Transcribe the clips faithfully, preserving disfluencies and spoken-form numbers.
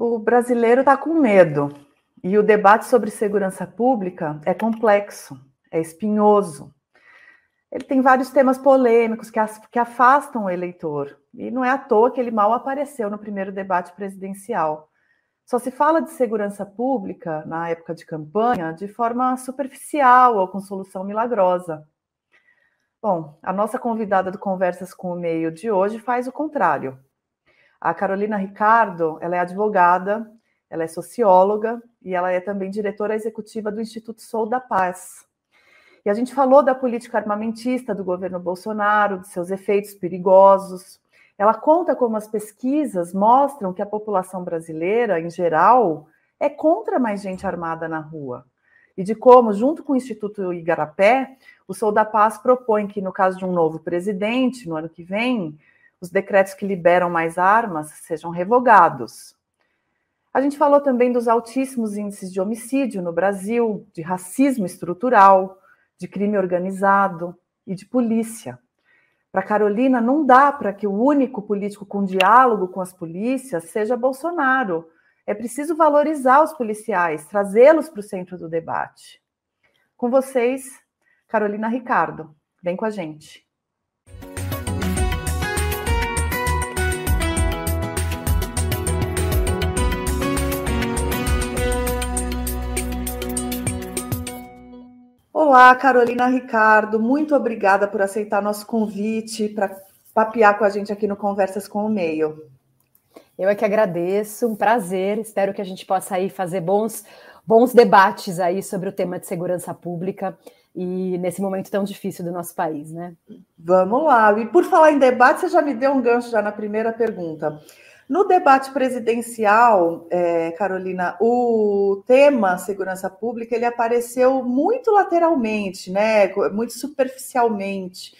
O brasileiro está com medo e o debate sobre segurança pública é complexo, é espinhoso. Ele tem vários temas polêmicos que, que afastam o eleitor e não é à toa que ele mal apareceu no primeiro debate presidencial. Só se fala de segurança pública na época de campanha de forma superficial ou com solução milagrosa. Bom, a nossa convidada do Conversas com o Meio de hoje faz o contrário. A Carolina Ricardo, ela é advogada, ela é socióloga e ela é também diretora executiva do Instituto Sou da Paz. E a gente falou da política armamentista do governo Bolsonaro, de seus efeitos perigosos. Ela conta como as pesquisas mostram que a população brasileira, em geral, é contra mais gente armada na rua. E de como, junto com o Instituto Igarapé, o Sou da Paz propõe que, no caso de um novo presidente, no ano que vem, os decretos que liberam mais armas sejam revogados. A gente falou também dos altíssimos índices de homicídio no Brasil, de racismo estrutural, de crime organizado e de polícia. Para Carolina, não dá para que o único político com diálogo com as polícias seja Bolsonaro. É preciso valorizar os policiais, trazê-los para o centro do debate. Com vocês, Carolina Ricardo. Vem com a gente. Olá, Carolina Ricardo, muito obrigada por aceitar nosso convite para papear com a gente aqui no Conversas com o Meio. Eu é que agradeço, um prazer, espero que a gente possa aí fazer bons, bons debates aí sobre o tema de segurança pública e nesse momento tão difícil do nosso país, né? Vamos lá, e por falar em debate, você já me deu um gancho já na primeira pergunta. No debate presidencial, é, Carolina, o tema segurança pública ele apareceu muito lateralmente, né? Muito superficialmente.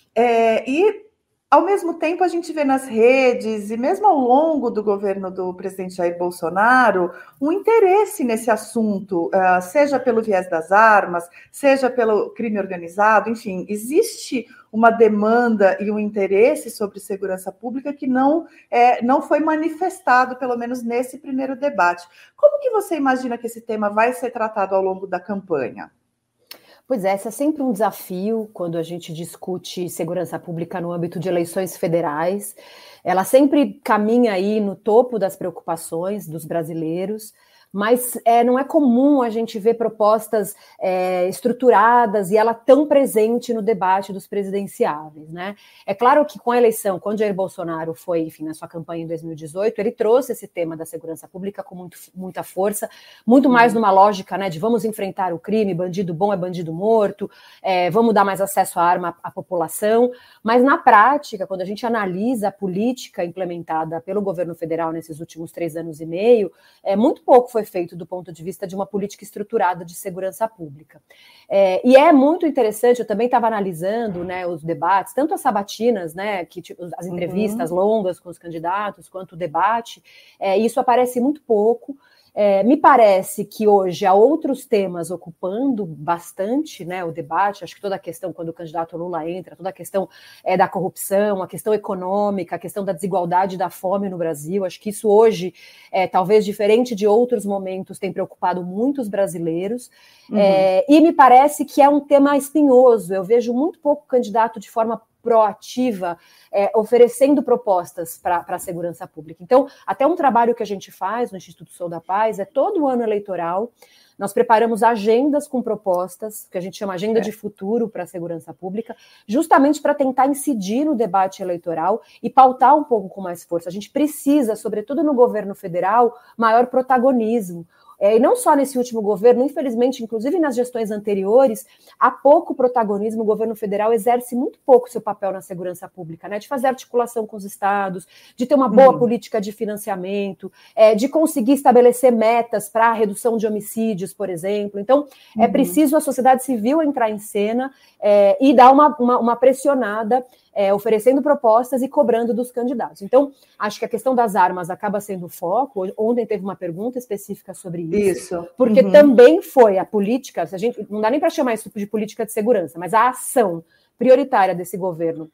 É, e, ao mesmo tempo, a gente vê nas redes, e mesmo ao longo do governo do presidente Jair Bolsonaro, um interesse nesse assunto, uh, seja pelo viés das armas, seja pelo crime organizado, enfim, existe uma demanda e um interesse sobre segurança pública que não, é, não foi manifestado, pelo menos nesse primeiro debate. Como que você imagina que esse tema vai ser tratado ao longo da campanha? Pois é, esse é sempre um desafio quando a gente discute segurança pública no âmbito de eleições federais. Ela sempre caminha aí no topo das preocupações dos brasileiros, mas é, não é comum a gente ver propostas é, estruturadas e ela tão presente no debate dos presidenciáveis, né? É claro que com a eleição, quando Jair Bolsonaro foi, enfim, na sua campanha em dois mil e dezoito, ele trouxe esse tema da segurança pública com muito, muita força, muito mais numa lógica, né, de vamos enfrentar o crime, bandido bom é bandido morto, é, vamos dar mais acesso à arma à população, mas na prática, quando a gente analisa a política implementada pelo governo federal nesses últimos três anos e meio, é muito pouco foi feito do ponto de vista de uma política estruturada de segurança pública. É, e é muito interessante, eu também estava analisando, né, os debates, tanto as sabatinas, né, que, tipo, as entrevistas uhum. longas com os candidatos, quanto o debate, é, isso aparece muito pouco. É, me parece que hoje há outros temas ocupando bastante, né, o debate. Acho que toda a questão, quando o candidato Lula entra, toda a questão é, da corrupção, a questão econômica, a questão da desigualdade e da fome no Brasil, acho que isso hoje, é, talvez diferente de outros momentos, tem preocupado muitos brasileiros. Uhum. É, e me parece que é um tema espinhoso. Eu vejo muito pouco candidato de forma proativa, é, oferecendo propostas para a segurança pública. Então, até um trabalho que a gente faz no Instituto Sou da Paz é todo ano eleitoral, nós preparamos agendas com propostas, que a gente chama agenda é. de futuro para a segurança pública, justamente para tentar incidir no debate eleitoral e pautar um pouco com mais força. A gente precisa, sobretudo no governo federal, maior protagonismo. É, e não só nesse último governo, infelizmente, inclusive nas gestões anteriores, há pouco protagonismo, o governo federal exerce muito pouco seu papel na segurança pública, né, de fazer articulação com os estados, de ter uma boa uhum. política de financiamento, é, de conseguir estabelecer metas para a redução de homicídios, por exemplo. Então, uhum. é preciso a sociedade civil entrar em cena é, e dar uma, uma, uma pressionada, É, oferecendo propostas e cobrando dos candidatos. Então, acho que a questão das armas acaba sendo o foco. Ontem teve uma pergunta específica sobre isso, isso. porque uhum. também foi a política, se a gente, não dá nem para chamar isso de política de segurança, mas a ação prioritária desse governo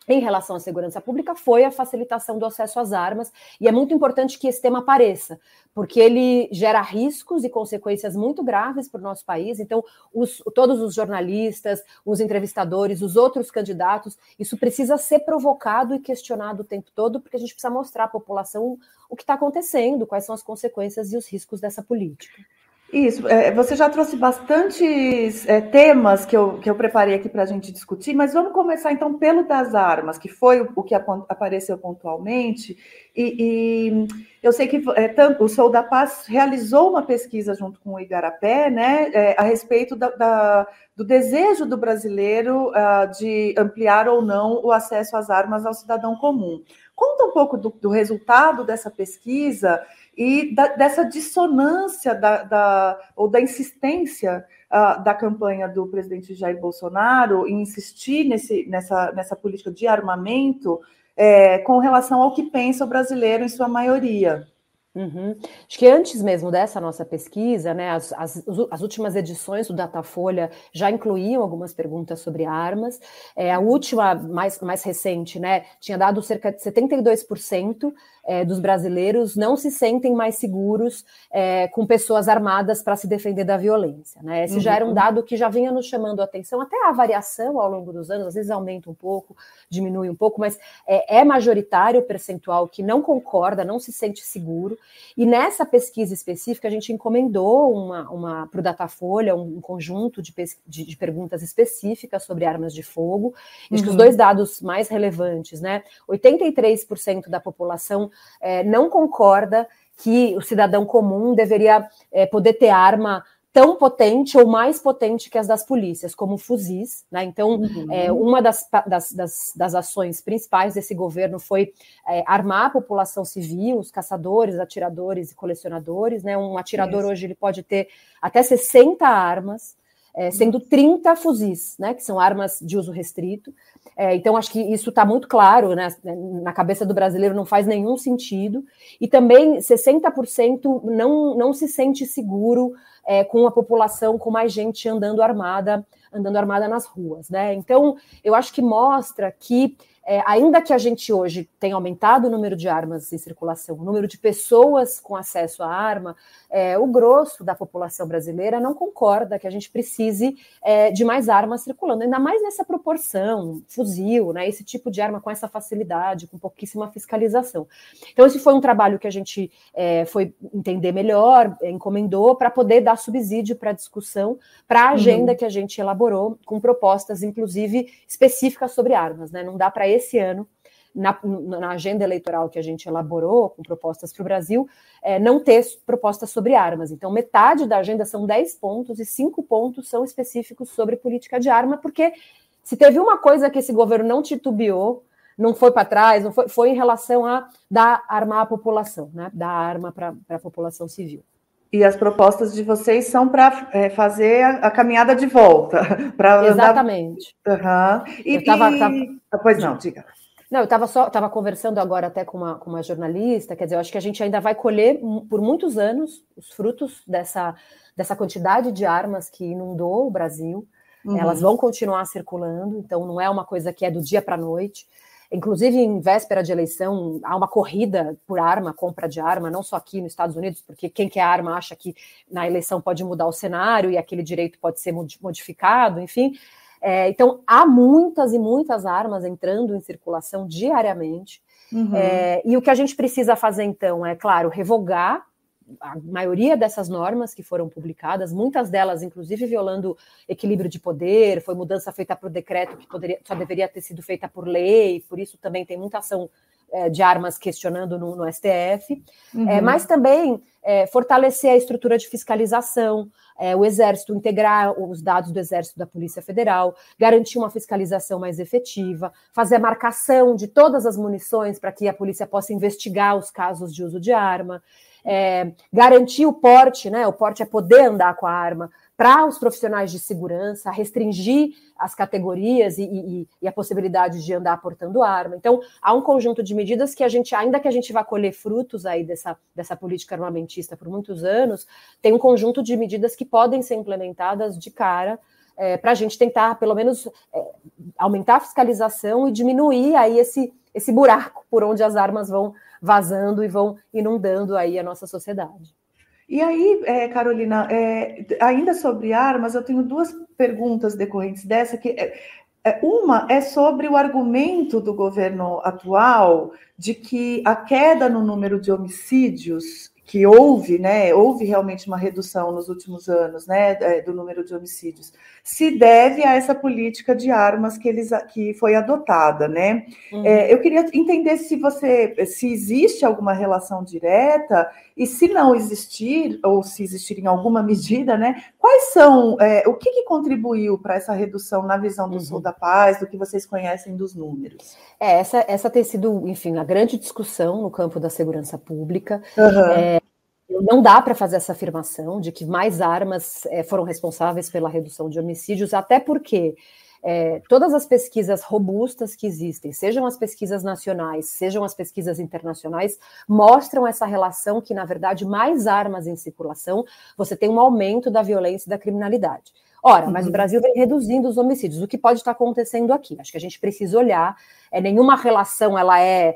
em relação à segurança pública foi a facilitação do acesso às armas, e é muito importante que esse tema apareça, porque ele gera riscos e consequências muito graves para o nosso país. Então, os, todos os jornalistas, os entrevistadores, os outros candidatos, isso precisa ser provocado e questionado o tempo todo, porque a gente precisa mostrar à população o que está acontecendo, quais são as consequências e os riscos dessa política. Isso, é, você já trouxe bastantes é, temas que eu, que eu preparei aqui para a gente discutir, mas vamos começar então pelo das armas, que foi o, o que apareceu pontualmente, e, e eu sei que é, tanto, o Sou da Paz realizou uma pesquisa junto com o Igarapé, né, é, a respeito da, da, do desejo do brasileiro uh, de ampliar ou não o acesso às armas ao cidadão comum. Conta um pouco do, do resultado dessa pesquisa e da, dessa dissonância da, da, ou da insistência uh, da campanha do presidente Jair Bolsonaro em insistir nesse, nessa, nessa política de armamento é, com relação ao que pensa o brasileiro em sua maioria. Uhum. Acho que antes mesmo dessa nossa pesquisa, né, as, as, as últimas edições do Datafolha já incluíam algumas perguntas sobre armas. É, a última, mais, mais recente, né, tinha dado cerca de setenta e dois por cento é, dos brasileiros não se sentem mais seguros é, com pessoas armadas para se defender da violência. Né? Esse uhum. já era um dado que já vinha nos chamando a atenção, até a variação ao longo dos anos, às vezes aumenta um pouco, diminui um pouco, mas é, é majoritário o percentual que não concorda, não se sente seguro. E nessa pesquisa específica, a gente encomendou uma, uma, para o Datafolha um, um conjunto de, de, de perguntas específicas sobre armas de fogo. Uhum. Acho que os dois dados mais relevantes, né? oitenta e três por cento da população é, não concorda que o cidadão comum deveria é, poder ter arma tão potente ou mais potente que as das polícias, como fuzis, né? Então, uhum. é, uma das, das, das, das ações principais desse governo foi é, armar a população civil, os caçadores, atiradores e colecionadores, né? Um atirador Isso. hoje ele pode ter até sessenta armas, é, sendo trinta fuzis, né? Que são armas de uso restrito. É, então, acho que isso está muito claro, né? Na cabeça do brasileiro não faz nenhum sentido. E também sessenta por cento não, não se sente seguro É, com a população, com mais gente andando armada, andando armada nas ruas, né? Então, eu acho que mostra que, é, ainda que a gente hoje tenha aumentado o número de armas em circulação, o número de pessoas com acesso à arma, é, o grosso da população brasileira não concorda que a gente precise é, de mais armas circulando, ainda mais nessa proporção, fuzil, né? Esse tipo de arma com essa facilidade, com pouquíssima fiscalização. Então, esse foi um trabalho que a gente é, foi entender melhor, é, encomendou para poder dar subsídio para a discussão, para a agenda uhum. que a gente elaborou, com propostas, inclusive, específicas sobre armas, né? Não dá para esse ano, na, na agenda eleitoral que a gente elaborou, com propostas para o Brasil, é, não ter propostas sobre armas. Então, metade da agenda são dez pontos e cinco pontos são específicos sobre política de arma, porque se teve uma coisa que esse governo não titubeou, não foi para trás, não foi, foi em relação a dar, armar a população, né? Dar arma para a população civil. E as propostas de vocês são para é, fazer a, a caminhada de volta. Exatamente. Andar... Uhum. E, eu tava, e... tava... Pois não, diga. Não, eu estava só tava conversando agora até com uma, com uma jornalista, quer dizer, eu acho que a gente ainda vai colher por muitos anos os frutos dessa, dessa quantidade de armas que inundou o Brasil. Uhum. Elas vão continuar circulando, então não é uma coisa que é do dia para a noite. Inclusive, em véspera de eleição, há uma corrida por arma, compra de arma, não só aqui nos Estados Unidos, porque quem quer arma acha que na eleição pode mudar o cenário e aquele direito pode ser modificado, enfim. É, então, há muitas e muitas armas entrando em circulação diariamente. Uhum. É, e o que a gente precisa fazer, então, é, claro, revogar a maioria dessas normas que foram publicadas, muitas delas, inclusive, violando equilíbrio de poder, foi mudança feita por decreto que poderia, só deveria ter sido feita por lei, por isso também tem muita ação é, de armas questionando no, no S T F, uhum. é, mas também é, fortalecer a estrutura de fiscalização, é, o Exército, integrar os dados do Exército da Polícia Federal, garantir uma fiscalização mais efetiva, fazer a marcação de todas as munições para que a polícia possa investigar os casos de uso de arma, É, garantir o porte, né? O porte é poder andar com a arma para os profissionais de segurança, restringir as categorias e, e, e a possibilidade de andar portando arma. Então, há um conjunto de medidas que a gente, ainda que a gente vá colher frutos aí dessa, dessa política armamentista por muitos anos, tem um conjunto de medidas que podem ser implementadas de cara é, para a gente tentar, pelo menos, é, aumentar a fiscalização e diminuir aí esse, esse buraco por onde as armas vão vazando e vão inundando aí a nossa sociedade. E aí, é, Carolina, é, ainda sobre armas, eu tenho duas perguntas decorrentes dessa, que é, uma é sobre o argumento do governo atual de que a queda no número de homicídios que houve, né, houve realmente uma redução nos últimos anos, né, do número de homicídios, se deve a essa política de armas que, eles, que foi adotada, né? Uhum. É, eu queria entender se você, se existe alguma relação direta e se não existir, ou se existir em alguma medida, né, quais são, é, o que, que contribuiu para essa redução na visão do uhum. Sul da Paz, do que vocês conhecem dos números? É, essa, essa tem sido, enfim, a grande discussão no campo da segurança pública. Uhum. É, não dá para fazer essa afirmação de que mais armas é, foram responsáveis pela redução de homicídios, até porque é, todas as pesquisas robustas que existem, sejam as pesquisas nacionais, sejam as pesquisas internacionais, mostram essa relação que, na verdade, mais armas em circulação, você tem um aumento da violência e da criminalidade. Ora, mas uhum. o Brasil vem reduzindo os homicídios. O que pode estar acontecendo aqui? Acho que a gente precisa olhar, é, nenhuma relação ela é,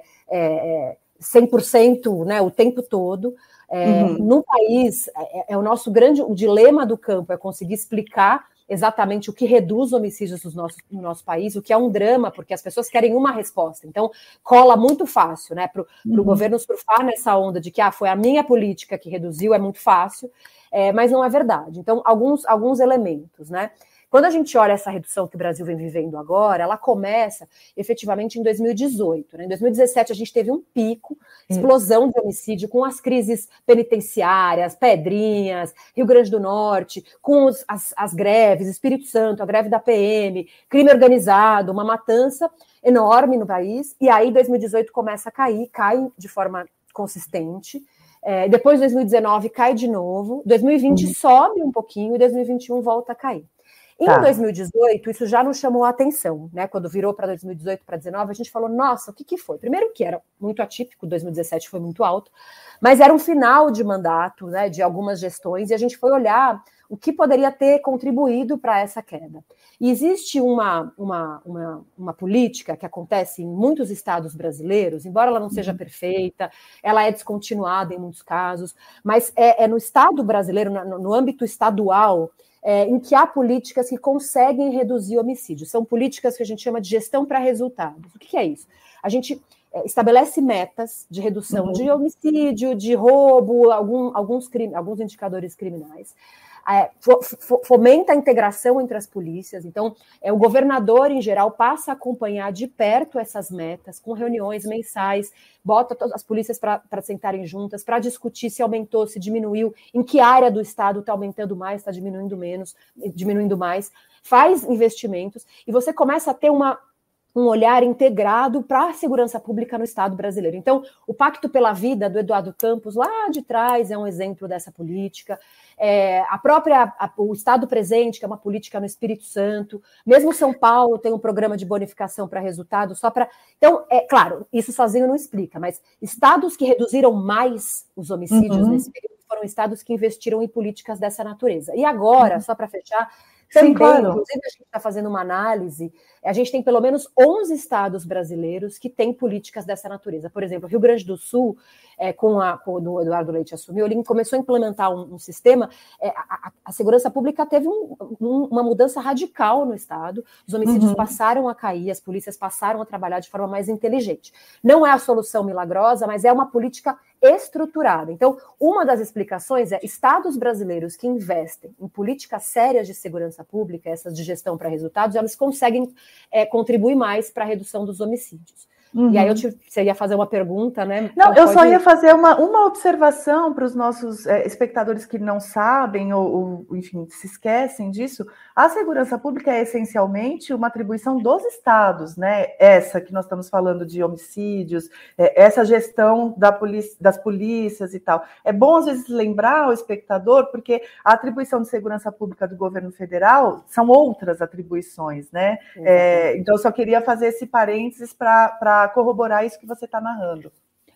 é cem por cento, né, o tempo todo. É, uhum. No país, é, é o nosso grande o dilema do campo, é conseguir explicar exatamente o que reduz homicídios no nosso, no nosso país, o que é um drama, porque as pessoas querem uma resposta. Então, cola muito fácil, né, para o uhum. governo surfar nessa onda de que ah, foi a minha política que reduziu, é muito fácil, é, mas não é verdade. Então, alguns, alguns elementos, né? Quando a gente olha essa redução que o Brasil vem vivendo agora, ela começa efetivamente em dois mil e dezoito. Né? Em dois mil e dezessete, a gente teve um pico, explosão de homicídio, com as crises penitenciárias, Pedrinhas, Rio Grande do Norte, com os, as, as greves, Espírito Santo, a greve da P M, crime organizado, uma matança enorme no país. E aí, dois mil e dezoito começa a cair, cai de forma consistente. É, depois, dois mil e dezenove, cai de novo. dois mil e vinte uhum. sobe um pouquinho e dois mil e vinte e um volta a cair. Em tá. dois mil e dezoito, isso já nos chamou a atenção, né? Quando virou para dois mil e dezoito para dois mil e dezenove, a gente falou, nossa, o que, que foi? Primeiro que era muito atípico, dois mil e dezessete foi muito alto, mas era um final de mandato, né, de algumas gestões, e a gente foi olhar o que poderia ter contribuído para essa queda. E existe uma, uma, uma, uma política que acontece em muitos estados brasileiros, embora ela não seja uhum. perfeita, ela é descontinuada em muitos casos, mas é, é no estado brasileiro, no, no âmbito estadual, É, em que há políticas que conseguem reduzir homicídios. São políticas que a gente chama de gestão para resultados. O que, que é isso? A gente é, estabelece metas de redução uhum. de homicídio, de roubo, algum, alguns, crime, alguns indicadores criminais. É, fomenta a integração entre as polícias. Então, é, o governador, em geral, passa a acompanhar de perto essas metas, com reuniões mensais, bota todas as polícias para sentarem juntas, para discutir se aumentou, se diminuiu, em que área do estado está aumentando mais, está diminuindo menos, diminuindo mais, faz investimentos, e você começa a ter uma, um olhar integrado para a segurança pública no Estado brasileiro. Então, o Pacto pela Vida, do Eduardo Campos, lá de trás, é um exemplo dessa política. É, a própria, a, o Estado Presente, que é uma política no Espírito Santo, mesmo São Paulo tem um programa de bonificação para resultados, só para... Então, é claro, isso sozinho não explica, mas estados que reduziram mais os homicídios uhum. nesse período foram estados que investiram em políticas dessa natureza. E agora, uhum. só para fechar, também, Sim, claro. inclusive, a gente está fazendo uma análise, a gente tem pelo menos onze estados brasileiros que têm políticas dessa natureza. Por exemplo, Rio Grande do Sul, é, com, a, com o Eduardo Leite assumiu, ele começou a implementar um, um sistema, é, a, a segurança pública teve um, um, uma mudança radical no estado, os homicídios uhum. passaram a cair, as polícias passaram a trabalhar de forma mais inteligente. Não é a solução milagrosa, mas é uma política estruturada. Então, uma das explicações é estados brasileiros que investem em políticas sérias de segurança pública, essas de gestão para resultados, elas conseguem é, contribuir mais para a redução dos homicídios. Uhum. E aí eu te, você ia fazer uma pergunta, né? Não, então, eu pode... só ia fazer uma, uma observação para os nossos é, espectadores que não sabem ou, ou, enfim, se esquecem disso. A segurança pública é essencialmente uma atribuição dos estados, né? Essa que nós estamos falando de homicídios, é, essa gestão da polícia, das polícias e tal. É bom, às vezes, lembrar o espectador, porque a atribuição de segurança pública do governo federal são outras atribuições, né? É, então, eu só queria fazer esse parênteses para corroborar isso que você está narrando.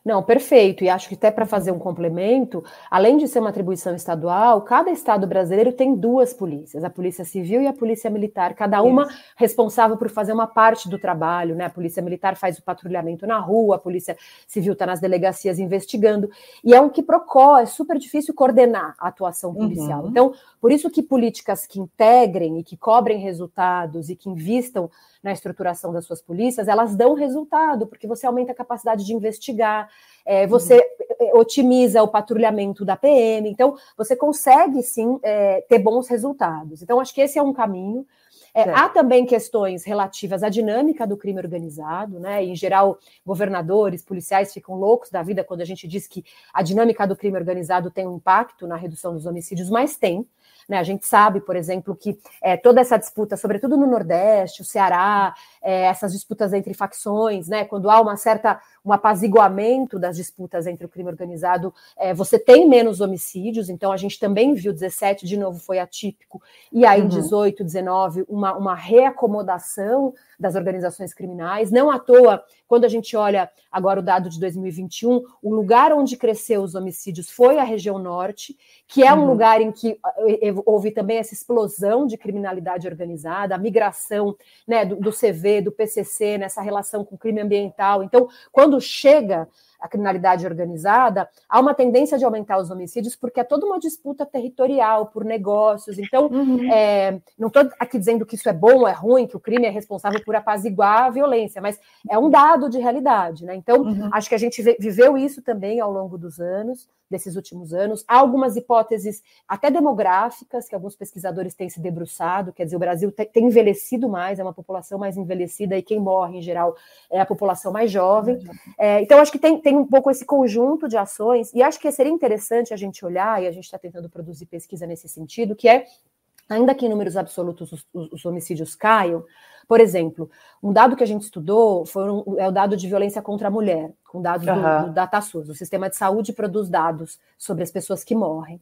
Não, perfeito. E acho que até para fazer um complemento, além de ser uma atribuição estadual, cada estado brasileiro tem duas polícias, a Polícia Civil e a Polícia Militar, cada uma Isso. responsável por fazer uma parte do trabalho, né? A Polícia Militar faz o patrulhamento na rua, a Polícia Civil está nas delegacias investigando, e é um quiprocó, é super difícil coordenar a atuação policial. Uhum. Então, por isso que políticas que integrem e que cobrem resultados e que invistam na estruturação das suas polícias, elas dão resultado, porque você aumenta a capacidade de investigar, é, você uhum. otimiza o patrulhamento da P M, então você consegue, sim, é, ter bons resultados. Então, acho que esse é um caminho. É, há também questões relativas à dinâmica do crime organizado, né? Em geral, governadores, policiais ficam loucos da vida quando a gente diz que a dinâmica do crime organizado tem um impacto na redução dos homicídios, mas tem. Né, a gente sabe, por exemplo, que é, toda essa disputa, sobretudo no Nordeste, o Ceará, é, essas disputas entre facções, né, quando há uma certa, um apaziguamento das disputas entre o crime organizado, é, você tem menos homicídios, então a gente também viu dezessete, de novo foi atípico, e aí uhum. dezoito, dezenove, uma, uma reacomodação das organizações criminais. Não à toa, quando a gente olha agora o dado de dois mil e vinte e um, o lugar onde cresceu os homicídios foi a região norte, que é um uhum. lugar em que houve também essa explosão de criminalidade organizada, a migração, né, do, do C V, do P C C, nessa relação com o crime ambiental. Então, quando chega a criminalidade organizada, há uma tendência de aumentar os homicídios, porque é toda uma disputa territorial por negócios. Então, uhum. é, não estou aqui dizendo que isso é bom ou é ruim, que o crime é responsável por apaziguar a violência, mas é um dado de realidade, né? Então, uhum. acho que a gente viveu isso também ao longo dos anos, desses últimos anos. Há algumas hipóteses até demográficas, que alguns pesquisadores têm se debruçado, quer dizer, o Brasil tem envelhecido mais, é uma população mais envelhecida, e quem morre, em geral, é a população mais jovem. Uhum. É, então, acho que tem, tem um pouco esse conjunto de ações, e acho que seria interessante a gente olhar, e a gente está tentando produzir pesquisa nesse sentido, que é, ainda que em números absolutos os, os homicídios caiam, por exemplo, um dado que a gente estudou foi um, é o dado de violência contra a mulher, com dados uhum. do, do DataSUS. O sistema de saúde produz dados sobre as pessoas que morrem.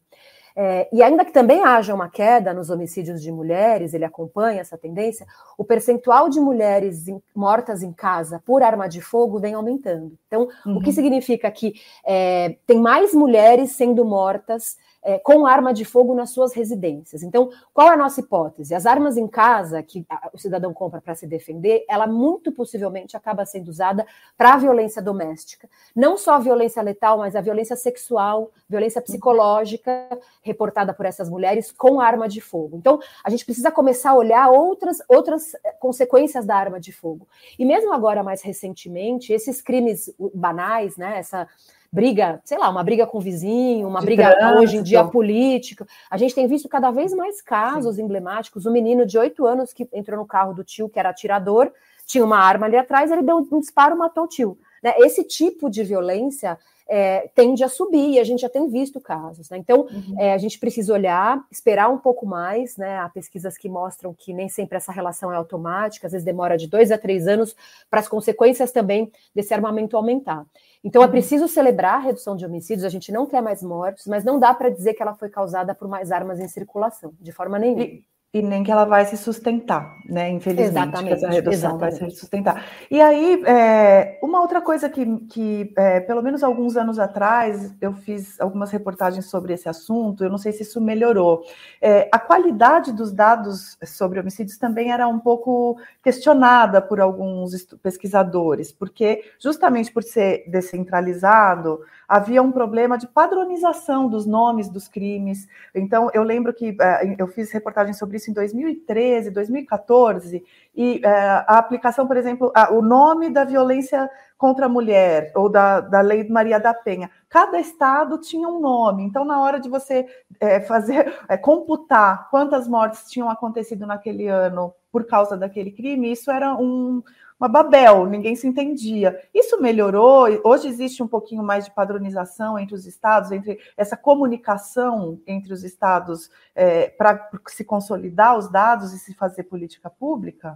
É, e ainda que também haja uma queda nos homicídios de mulheres, ele acompanha essa tendência, o percentual de mulheres em, mortas em casa por arma de fogo vem aumentando. Então, uhum. o que significa que é, tem mais mulheres sendo mortas é, com arma de fogo nas suas residências. Então, qual é a nossa hipótese? As armas em casa que o cidadão compra para se defender, ela muito possivelmente acaba sendo usada para a violência doméstica. Não só a violência letal, mas a violência sexual, violência psicológica, reportada por essas mulheres com arma de fogo. Então, a gente precisa começar a olhar outras, outras consequências da arma de fogo. E mesmo agora, mais recentemente, esses crimes banais, né, essa briga, sei lá, uma briga com o vizinho, uma de briga trânsito. Hoje em dia política, a gente tem visto cada vez mais casos Sim. emblemáticos. Um menino de oito anos que entrou no carro do tio, que era atirador, tinha uma arma ali atrás, ele deu um disparo e matou o tio. Né? Esse tipo de violência É, tende a subir, e a gente já tem visto casos, né? Então, uhum. é, a gente precisa olhar, esperar um pouco mais, né? Há pesquisas que mostram que nem sempre essa relação é automática, às vezes demora de dois a três anos para as consequências também desse armamento aumentar. Então, uhum. é preciso celebrar a redução de homicídios, a gente não quer mais mortes, mas não dá para dizer que ela foi causada por mais armas em circulação, de forma nenhuma. E... E nem que ela vai se sustentar, né? Infelizmente, exatamente, que essa redução exatamente. vai se sustentar. E aí, é, uma outra coisa que, que é, pelo menos alguns anos atrás, eu fiz algumas reportagens sobre esse assunto, eu não sei se isso melhorou. É, a qualidade dos dados sobre homicídios também era um pouco questionada por alguns pesquisadores, porque justamente por ser descentralizado, havia um problema de padronização dos nomes dos crimes. Então, eu lembro que é, eu fiz reportagem sobre isso em dois mil e treze, dois mil e quatorze, e é, a aplicação, por exemplo, a, o nome da violência contra a mulher, ou da, da Lei Maria da Penha, cada estado tinha um nome, então na hora de você é, fazer, é, computar quantas mortes tinham acontecido naquele ano por causa daquele crime, isso era um... uma babel, ninguém se entendia. Isso melhorou, hoje existe um pouquinho mais de padronização entre os estados, entre essa comunicação entre os estados é, para se consolidar os dados e se fazer política pública?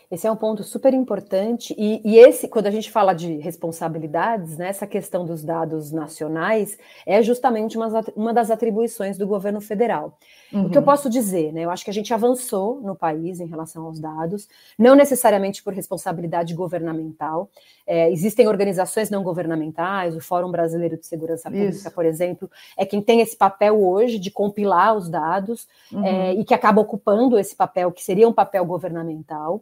Esse é um ponto super importante, e, e esse, quando a gente fala de responsabilidades, né, essa questão dos dados nacionais é justamente uma, uma das atribuições do governo federal. Uhum. O que eu posso dizer, né, eu acho que a gente avançou no país em relação aos dados, não necessariamente por responsabilidade governamental, é, existem organizações não governamentais, o Fórum Brasileiro de Segurança Pública, Isso. por exemplo, é quem tem esse papel hoje de compilar os dados, uhum. é, e que acaba ocupando esse papel, que seria um papel governamental.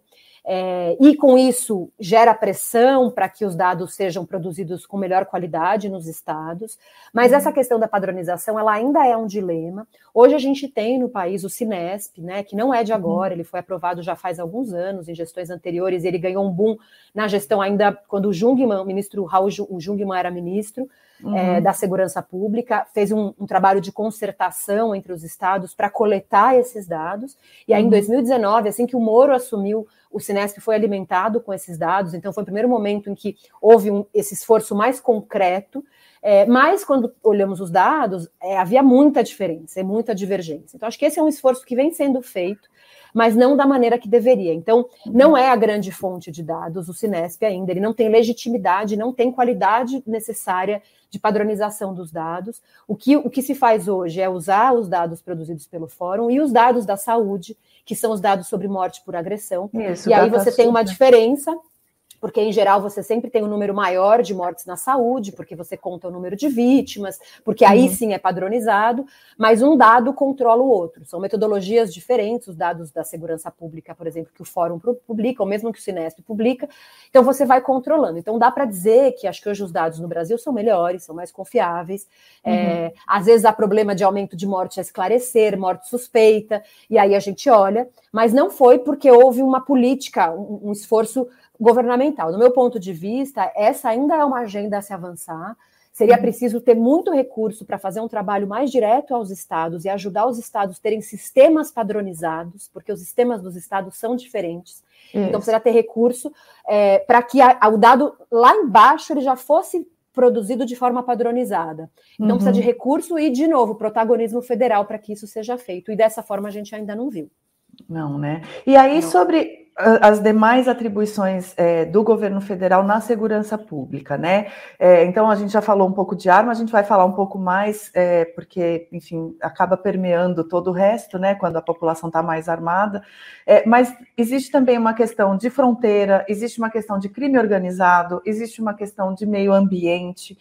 É, e com isso gera pressão para que os dados sejam produzidos com melhor qualidade nos estados, mas essa questão da padronização ela ainda é um dilema. Hoje a gente tem no país o Cinesp, né, que não é de agora, ele foi aprovado já faz alguns anos, em gestões anteriores, ele ganhou um boom na gestão ainda quando o Jungmann, o ministro Raul Jungmann era ministro, Uhum. É, da Segurança Pública, fez um, um trabalho de concertação entre os estados para coletar esses dados, e aí uhum. em dois mil e dezenove, assim que o Moro assumiu, o Cinesp foi alimentado com esses dados, então foi o primeiro momento em que houve um, esse esforço mais concreto, é, mas quando olhamos os dados, é, havia muita diferença, muita divergência. Então acho que esse é um esforço que vem sendo feito, mas não da maneira que deveria. Então, não é a grande fonte de dados, o Cinesp ainda, ele não tem legitimidade, não tem qualidade necessária de padronização dos dados. O que, o que se faz hoje é usar os dados produzidos pelo Fórum e os dados da saúde, que são os dados sobre morte por agressão. Isso, e aí você tem uma diferença, porque, em geral, você sempre tem um número maior de mortes na saúde, porque você conta o número de vítimas, porque aí uhum. sim é padronizado, mas um dado controla o outro. São metodologias diferentes, os dados da segurança pública, por exemplo, que o Fórum publica, ou mesmo que o Cinesp publica, então você vai controlando. Então dá para dizer que acho que hoje os dados no Brasil são melhores, são mais confiáveis, uhum. é, às vezes há problema de aumento de morte a esclarecer, morte suspeita, e aí a gente olha, mas não foi porque houve uma política, um, um esforço governamental. Do meu ponto de vista, essa ainda é uma agenda a se avançar. Seria preciso ter muito recurso para fazer um trabalho mais direto aos estados e ajudar os estados a terem sistemas padronizados, porque os sistemas dos estados são diferentes. Isso. Então, precisaria ter recurso é, para que a, a, o dado lá embaixo ele já fosse produzido de forma padronizada. Então, uhum. precisa de recurso e, de novo, protagonismo federal para que isso seja feito. E dessa forma a gente ainda não viu. Não, né? E aí, não. sobre as demais atribuições é, do governo federal na segurança pública, né? É, então, a gente já falou um pouco de arma, a gente vai falar um pouco mais, é, porque, enfim, acaba permeando todo o resto, né? Quando a população está mais armada. É, mas existe também uma questão de fronteira, existe uma questão de crime organizado, existe uma questão de meio ambiente.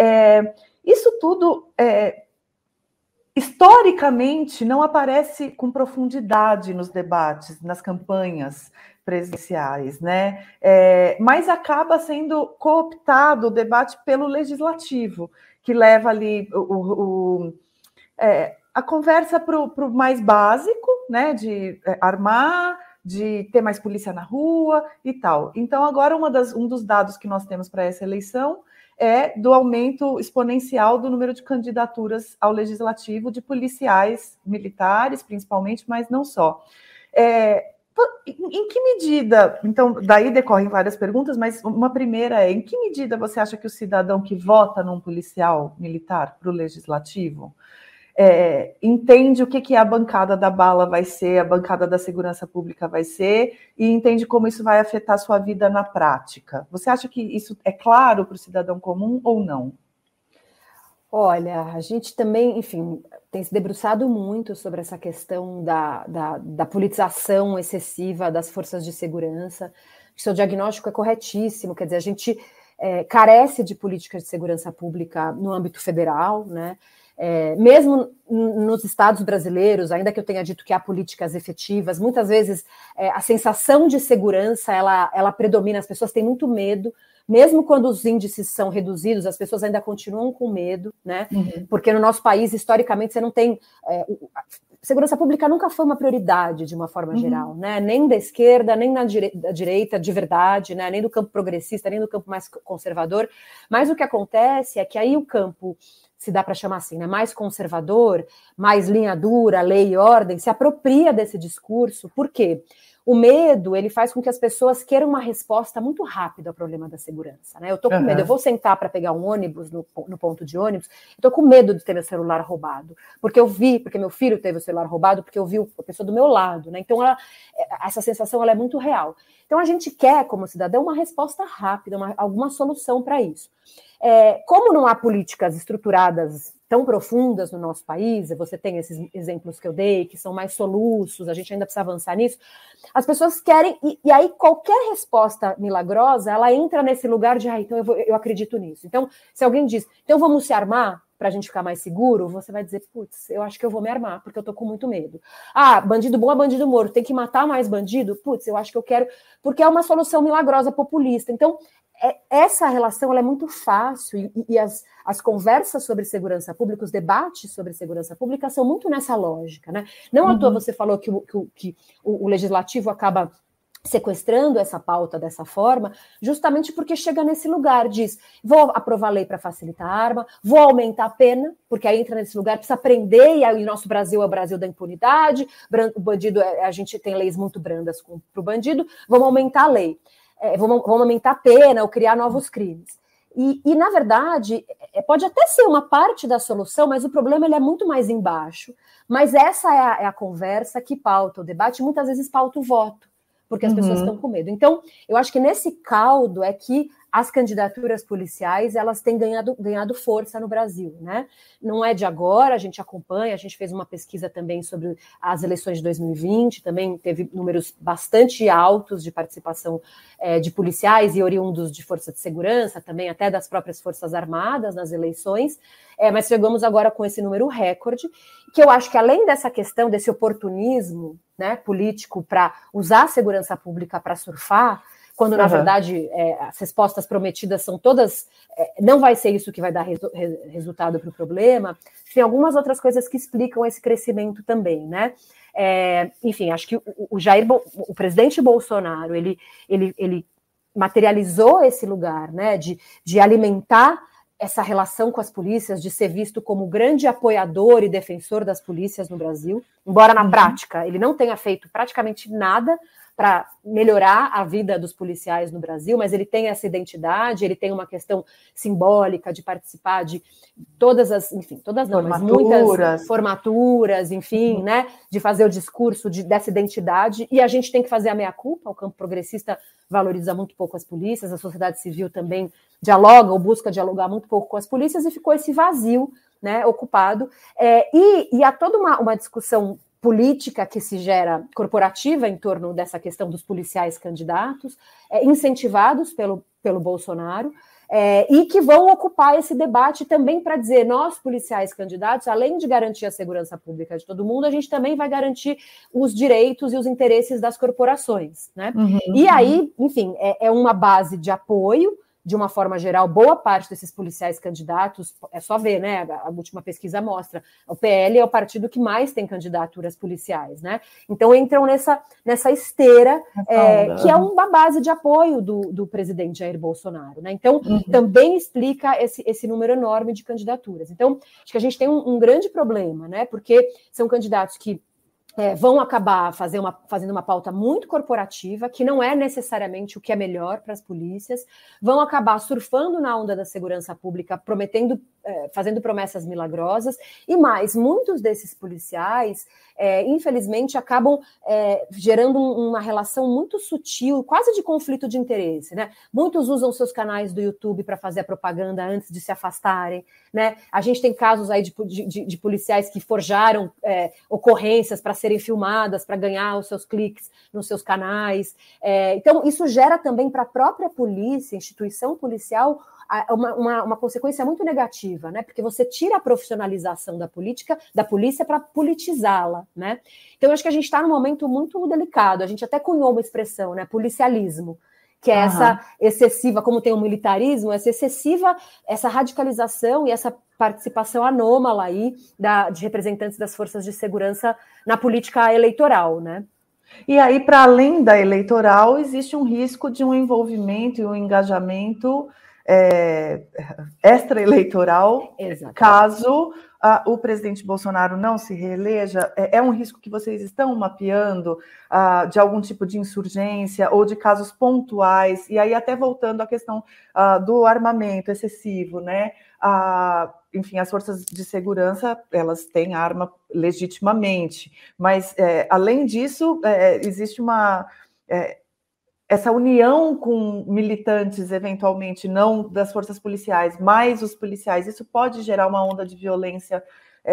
É, isso tudo... É, historicamente, não aparece com profundidade nos debates, nas campanhas presidenciais, né? É, mas acaba sendo cooptado o debate pelo legislativo, que leva ali o, o, é, a conversa para o mais básico, né? De é, armar, de ter mais polícia na rua e tal. Então, agora, uma das, um dos dados que nós temos para essa eleição é do aumento exponencial do número de candidaturas ao legislativo de policiais militares, principalmente, mas não só. É, em que medida, então, daí decorrem várias perguntas, mas uma primeira é, em que medida você acha que o cidadão que vota num policial militar para o legislativo É, entende o que, que a bancada da bala vai ser, a bancada da segurança pública vai ser, e entende como isso vai afetar a sua vida na prática? Você acha que isso é claro para o cidadão comum ou não? Olha, a gente também, enfim, tem se debruçado muito sobre essa questão da, da, da politização excessiva das forças de segurança. O seu diagnóstico é corretíssimo, quer dizer, a gente é, carece de políticas de segurança pública no âmbito federal, né? É, mesmo nos estados brasileiros, ainda que eu tenha dito que há políticas efetivas, muitas vezes é, a sensação de segurança ela, ela predomina, as pessoas têm muito medo, mesmo quando os índices são reduzidos, as pessoas ainda continuam com medo, né? Uhum. Porque no nosso país, historicamente, você não tem... É, segurança pública nunca foi uma prioridade, de uma forma uhum. geral, né? Nem da esquerda, nem na dire... da direita, de verdade, né? Nem do campo progressista, nem do campo mais conservador, mas o que acontece é que aí o campo... se dá para chamar assim, né, mais conservador, mais linha dura, lei e ordem, se apropria desse discurso. Por quê? o medo, ele faz com que as pessoas queiram uma resposta muito rápida ao problema da segurança, né? Eu tô com uhum. medo, eu vou sentar para pegar um ônibus no, no ponto de ônibus, eu tô com medo de ter meu celular roubado, porque eu vi, porque meu filho teve o celular roubado, porque eu vi a pessoa do meu lado, né? Então, ela, essa sensação, ela é muito real. Então, a gente quer, como cidadão, uma resposta rápida, uma, alguma solução para isso. É, como não há políticas estruturadas tão profundas no nosso país, você tem esses exemplos que eu dei, que são mais soluços, a gente ainda precisa avançar nisso, as pessoas querem, e, e aí qualquer resposta milagrosa, ela entra nesse lugar de, ah, então eu, vou, eu acredito nisso. Então, se alguém diz, então vamos se armar para a gente ficar mais seguro, você vai dizer, putz, eu acho que eu vou me armar, porque eu tô com muito medo. Ah, bandido bom é bandido morto, tem que matar mais bandido? Putz, eu acho que eu quero, porque é uma solução milagrosa populista. Então, é, essa relação ela é muito fácil, e, e as, as conversas sobre segurança pública, os debates sobre segurança pública são muito nessa lógica, né? Não à toa você falou que, o, que, o, que o, o legislativo acaba sequestrando essa pauta dessa forma, justamente porque chega nesse lugar, diz, vou aprovar lei para facilitar a arma, vou aumentar a pena, porque aí entra nesse lugar, precisa prender, e aí o nosso Brasil é o Brasil da impunidade, o bandido, a gente tem leis muito brandas para o bandido, vamos aumentar a lei, é, vamos, vamos aumentar a pena ou criar novos crimes. E, e, na verdade, pode até ser uma parte da solução, mas o problema ele é muito mais embaixo, mas essa é a, é a conversa que pauta o debate, e muitas vezes pauta o voto, porque as uhum. pessoas estão com medo. Então, eu acho que nesse caldo é que as candidaturas policiais, elas têm ganhado, ganhado força no Brasil, né? Não é de agora, a gente acompanha, a gente fez uma pesquisa também sobre as eleições de dois mil e vinte, também teve números bastante altos de participação é, de policiais e oriundos de força de segurança, também até das próprias Forças Armadas nas eleições, é, mas chegamos agora com esse número recorde, que eu acho que além dessa questão, desse oportunismo, né, político para usar a segurança pública para surfar, quando, na uhum. verdade, é, as respostas prometidas são todas, é, não vai ser isso que vai dar resu- resultado para o problema, tem algumas outras coisas que explicam esse crescimento também, né? É, enfim, acho que o, o Jair, o presidente Bolsonaro, ele, ele, ele materializou esse lugar, né, de, de alimentar essa relação com as polícias, de ser visto como grande apoiador e defensor das polícias no Brasil, embora na uhum. prática ele não tenha feito praticamente nada para melhorar a vida dos policiais no Brasil, mas ele tem essa identidade, ele tem uma questão simbólica de participar de todas as, enfim, todas não, mas muitas formaturas, enfim, uhum. né, de fazer o discurso de, dessa identidade, e a gente tem que fazer a meia-culpa, o campo progressista valoriza muito pouco as polícias, a sociedade civil também dialoga ou busca dialogar muito pouco com as polícias, e ficou esse vazio, né, ocupado, é, e, e há toda uma, uma discussão política que se gera corporativa em torno dessa questão dos policiais candidatos, é, incentivados pelo, pelo Bolsonaro, é, e que vão ocupar esse debate também para dizer, nós, policiais candidatos, além de garantir a segurança pública de todo mundo, a gente também vai garantir os direitos e os interesses das corporações, né? Uhum. E aí, enfim, é, é uma base de apoio. De uma forma geral, boa parte desses policiais candidatos, é só ver, né? A última pesquisa mostra, o P L é o partido que mais tem candidaturas policiais, né? Então entram nessa, nessa esteira, é, que é uma base de apoio do, do presidente Jair Bolsonaro, né? Então, uhum. também explica esse, esse número enorme de candidaturas. Então, acho que a gente tem um, um grande problema, né? Porque são candidatos que É, vão acabar fazer uma, fazendo uma pauta muito corporativa, que não é necessariamente o que é melhor para as polícias, vão acabar surfando na onda da segurança pública, prometendo, é, fazendo promessas milagrosas, e mais, muitos desses policiais, é, infelizmente, acabam é, gerando um, uma relação muito sutil, quase de conflito de interesse, né? Muitos usam seus canais do YouTube para fazer a propaganda antes de se afastarem, né? A gente tem casos aí de, de, de policiais que forjaram é, ocorrências para serem filmadas, para ganhar os seus cliques nos seus canais. É, então, isso gera também para a própria polícia, instituição policial, uma, uma, uma consequência muito negativa, né? Porque você tira a profissionalização da política, da polícia, para politizá-la, né? Então, eu acho que a gente está num momento muito delicado. A gente até cunhou uma expressão, né? Policialismo, que é uhum. essa excessiva, como tem o militarismo, essa excessiva, essa radicalização e essa participação anômala aí da, de representantes das forças de segurança na política eleitoral, né? E aí, para além da eleitoral, existe um risco de um envolvimento e um engajamento é, extra-eleitoral, Exatamente. caso ah, o presidente Bolsonaro não se reeleja? É, é um risco que vocês estão mapeando ah, de algum tipo de insurgência ou de casos pontuais? E aí, até voltando à questão ah, do armamento excessivo, né? Ah, enfim, as forças de segurança, elas têm arma legitimamente, mas, é, além disso, é, existe uma... É, essa união com militantes, eventualmente, não das forças policiais, mas os policiais, isso pode gerar uma onda de violência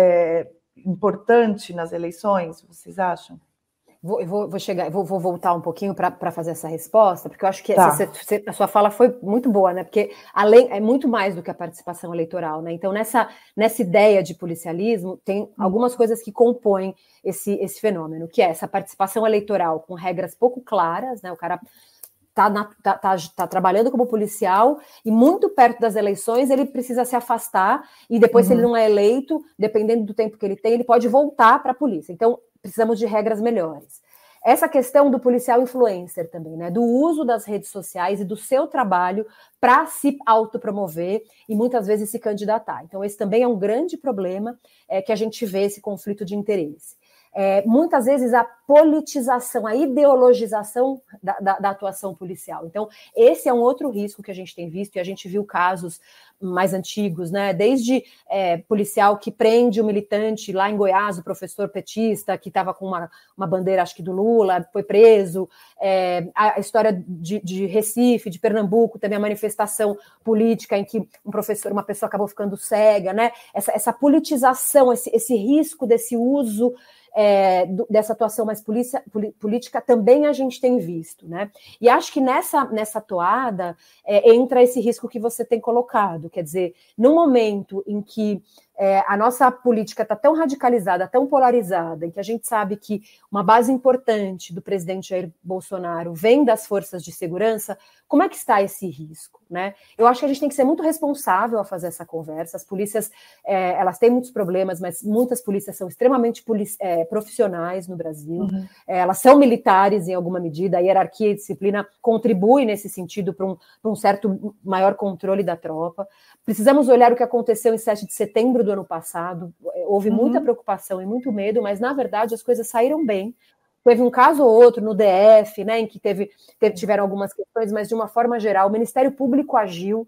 é, importante nas eleições, vocês acham? Vou, eu vou, vou chegar, vou, vou voltar um pouquinho para fazer essa resposta, porque eu acho que Tá. essa, você, a sua fala foi muito boa, né? Porque além é muito mais do que a participação eleitoral, né? Então, nessa, nessa ideia de policialismo, tem hum. algumas coisas que compõem esse, esse fenômeno, que é essa participação eleitoral com regras pouco claras, né? O cara Está tá, tá, tá trabalhando como policial e muito perto das eleições ele precisa se afastar e depois, uhum. se ele não é eleito, dependendo do tempo que ele tem, ele pode voltar para a polícia. Então, precisamos de regras melhores. Essa questão do policial influencer também, né? Do uso das redes sociais e do seu trabalho para se autopromover e muitas vezes se candidatar. Então, esse também é um grande problema é, que a gente vê esse conflito de interesse. É, muitas vezes a politização, a ideologização da, da, da atuação policial. Então, esse é um outro risco que a gente tem visto, e a gente viu casos mais antigos, né? Desde é, policial que prende o militante lá em Goiás, o professor petista, que estava com uma, uma bandeira, acho que do Lula, foi preso, é, a história de, de Recife, de Pernambuco, também a manifestação política em que um professor, uma pessoa acabou ficando cega, né? Essa, essa politização, esse, esse risco desse uso É, do, dessa atuação mais polícia, política também a gente tem visto, né? E acho que nessa, nessa toada é, entra esse risco que você tem colocado, quer dizer, no momento em que é, a nossa política está tão radicalizada, tão polarizada, em que a gente sabe que uma base importante do presidente Jair Bolsonaro vem das forças de segurança, como é que está esse risco, né? Eu acho que a gente tem que ser muito responsável a fazer essa conversa. As polícias, é, elas têm muitos problemas, mas muitas polícias são extremamente polici- é, profissionais no Brasil. Uhum. É, elas são militares em alguma medida, a hierarquia e disciplina contribuem nesse sentido para um, para um certo maior controle da tropa. Precisamos olhar o que aconteceu em sete de setembro do ano passado. Houve uhum. muita preocupação e muito medo, mas, na verdade, as coisas saíram bem. Teve um caso ou outro no D F, né, em que teve, teve, tiveram algumas questões, mas, de uma forma geral, o Ministério Público agiu,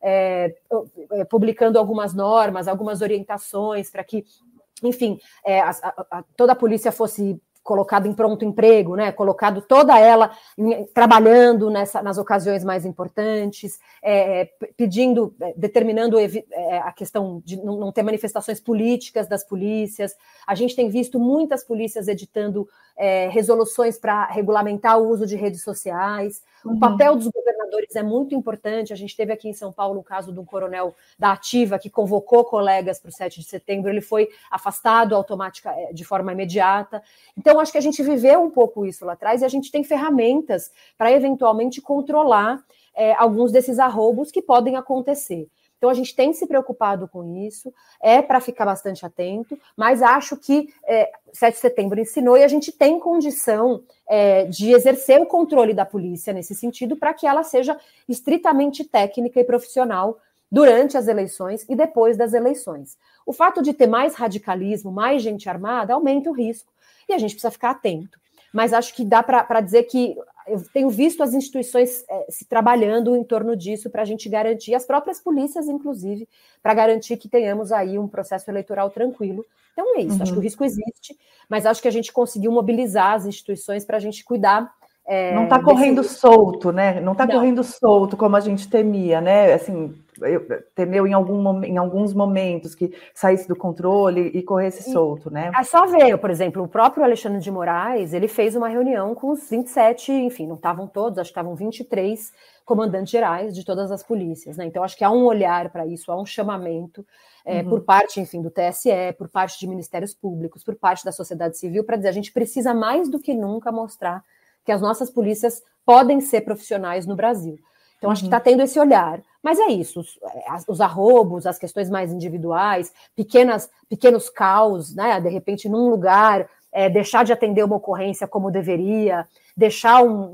é, publicando algumas normas, algumas orientações para que, enfim, é, a, a, toda a polícia fosse colocado em pronto emprego, né? Colocado toda ela em, trabalhando nessa, nas ocasiões mais importantes, é, pedindo, é, determinando é, a questão de não, não ter manifestações políticas das polícias. A gente tem visto muitas polícias editando é, resoluções para regulamentar o uso de redes sociais. Uhum. O papel dos governadores é muito importante. A gente teve aqui em São Paulo o caso de um coronel da Ativa que convocou colegas para o sete de setembro, ele foi afastado automática, de forma imediata. Então, acho que a gente viveu um pouco isso lá atrás e a gente tem ferramentas para eventualmente controlar é, alguns desses arroubos que podem acontecer. Então, a gente tem se preocupado com isso, é para ficar bastante atento, mas acho que é, sete de setembro ensinou e a gente tem condição é, de exercer o controle da polícia nesse sentido para que ela seja estritamente técnica e profissional durante as eleições e depois das eleições. O fato de ter mais radicalismo, mais gente armada, aumenta o risco e a gente precisa ficar atento. Mas acho que dá para dizer que eu tenho visto as instituições é, se trabalhando em torno disso para a gente garantir, as próprias polícias, inclusive, para garantir que tenhamos aí um processo eleitoral tranquilo. Então é isso, uhum. Acho que o risco existe, mas acho que a gente conseguiu mobilizar as instituições para a gente cuidar. É, não está correndo desse... solto, né? Não está correndo solto como a gente temia, né? Assim, eu, temeu em, algum, em alguns momentos que saísse do controle e corresse e, solto, né? É só ver, por exemplo, o próprio Alexandre de Moraes, ele fez uma reunião com os vinte e sete, enfim, não estavam todos, acho que estavam vinte e três comandantes gerais de todas as polícias, né? Então, acho que há um olhar para isso, há um chamamento é, uhum. por parte, enfim, do T S E, por parte de ministérios públicos, por parte da sociedade civil, para dizer, a gente precisa mais do que nunca mostrar que as nossas polícias podem ser profissionais no Brasil. Então, uhum. acho que está tendo esse olhar. Mas é isso, os, os arroubos, as questões mais individuais, pequenas, pequenos caos, né? De repente, num lugar, é, deixar de atender uma ocorrência como deveria, deixar um,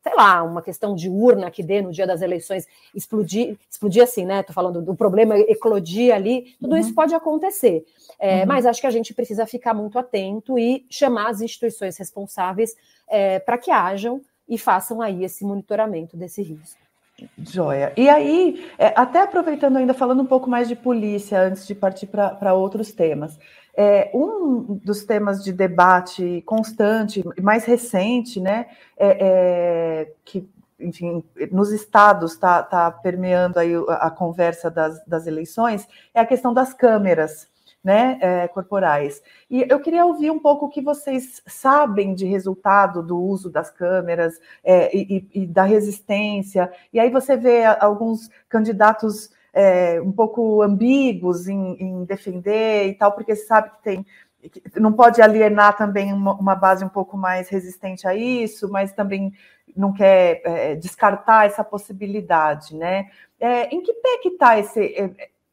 sei lá, uma questão de urna que dê no dia das eleições, explodir, explodir assim, né? Estou falando do problema eclodir ali, tudo uhum. isso pode acontecer. É, uhum. Mas acho que a gente precisa ficar muito atento e chamar as instituições responsáveis é, para que hajam e façam aí esse monitoramento desse risco. Joia. E aí, é, até aproveitando ainda, falando um pouco mais de polícia, antes de partir para outros temas, é, um dos temas de debate constante, mais recente, né, é, é, que, enfim, nos estados está tá permeando aí a, a conversa das, das eleições, é a questão das câmeras, né, é, corporais. E eu queria ouvir um pouco o que vocês sabem de resultado do uso das câmeras é, e, e da resistência. E aí você vê alguns candidatos é, um pouco ambíguos em, em defender e tal, porque sabe que tem, que não pode alienar também uma, uma base um pouco mais resistente a isso, mas também não quer é, descartar essa possibilidade, né? É, em que pé que está esse,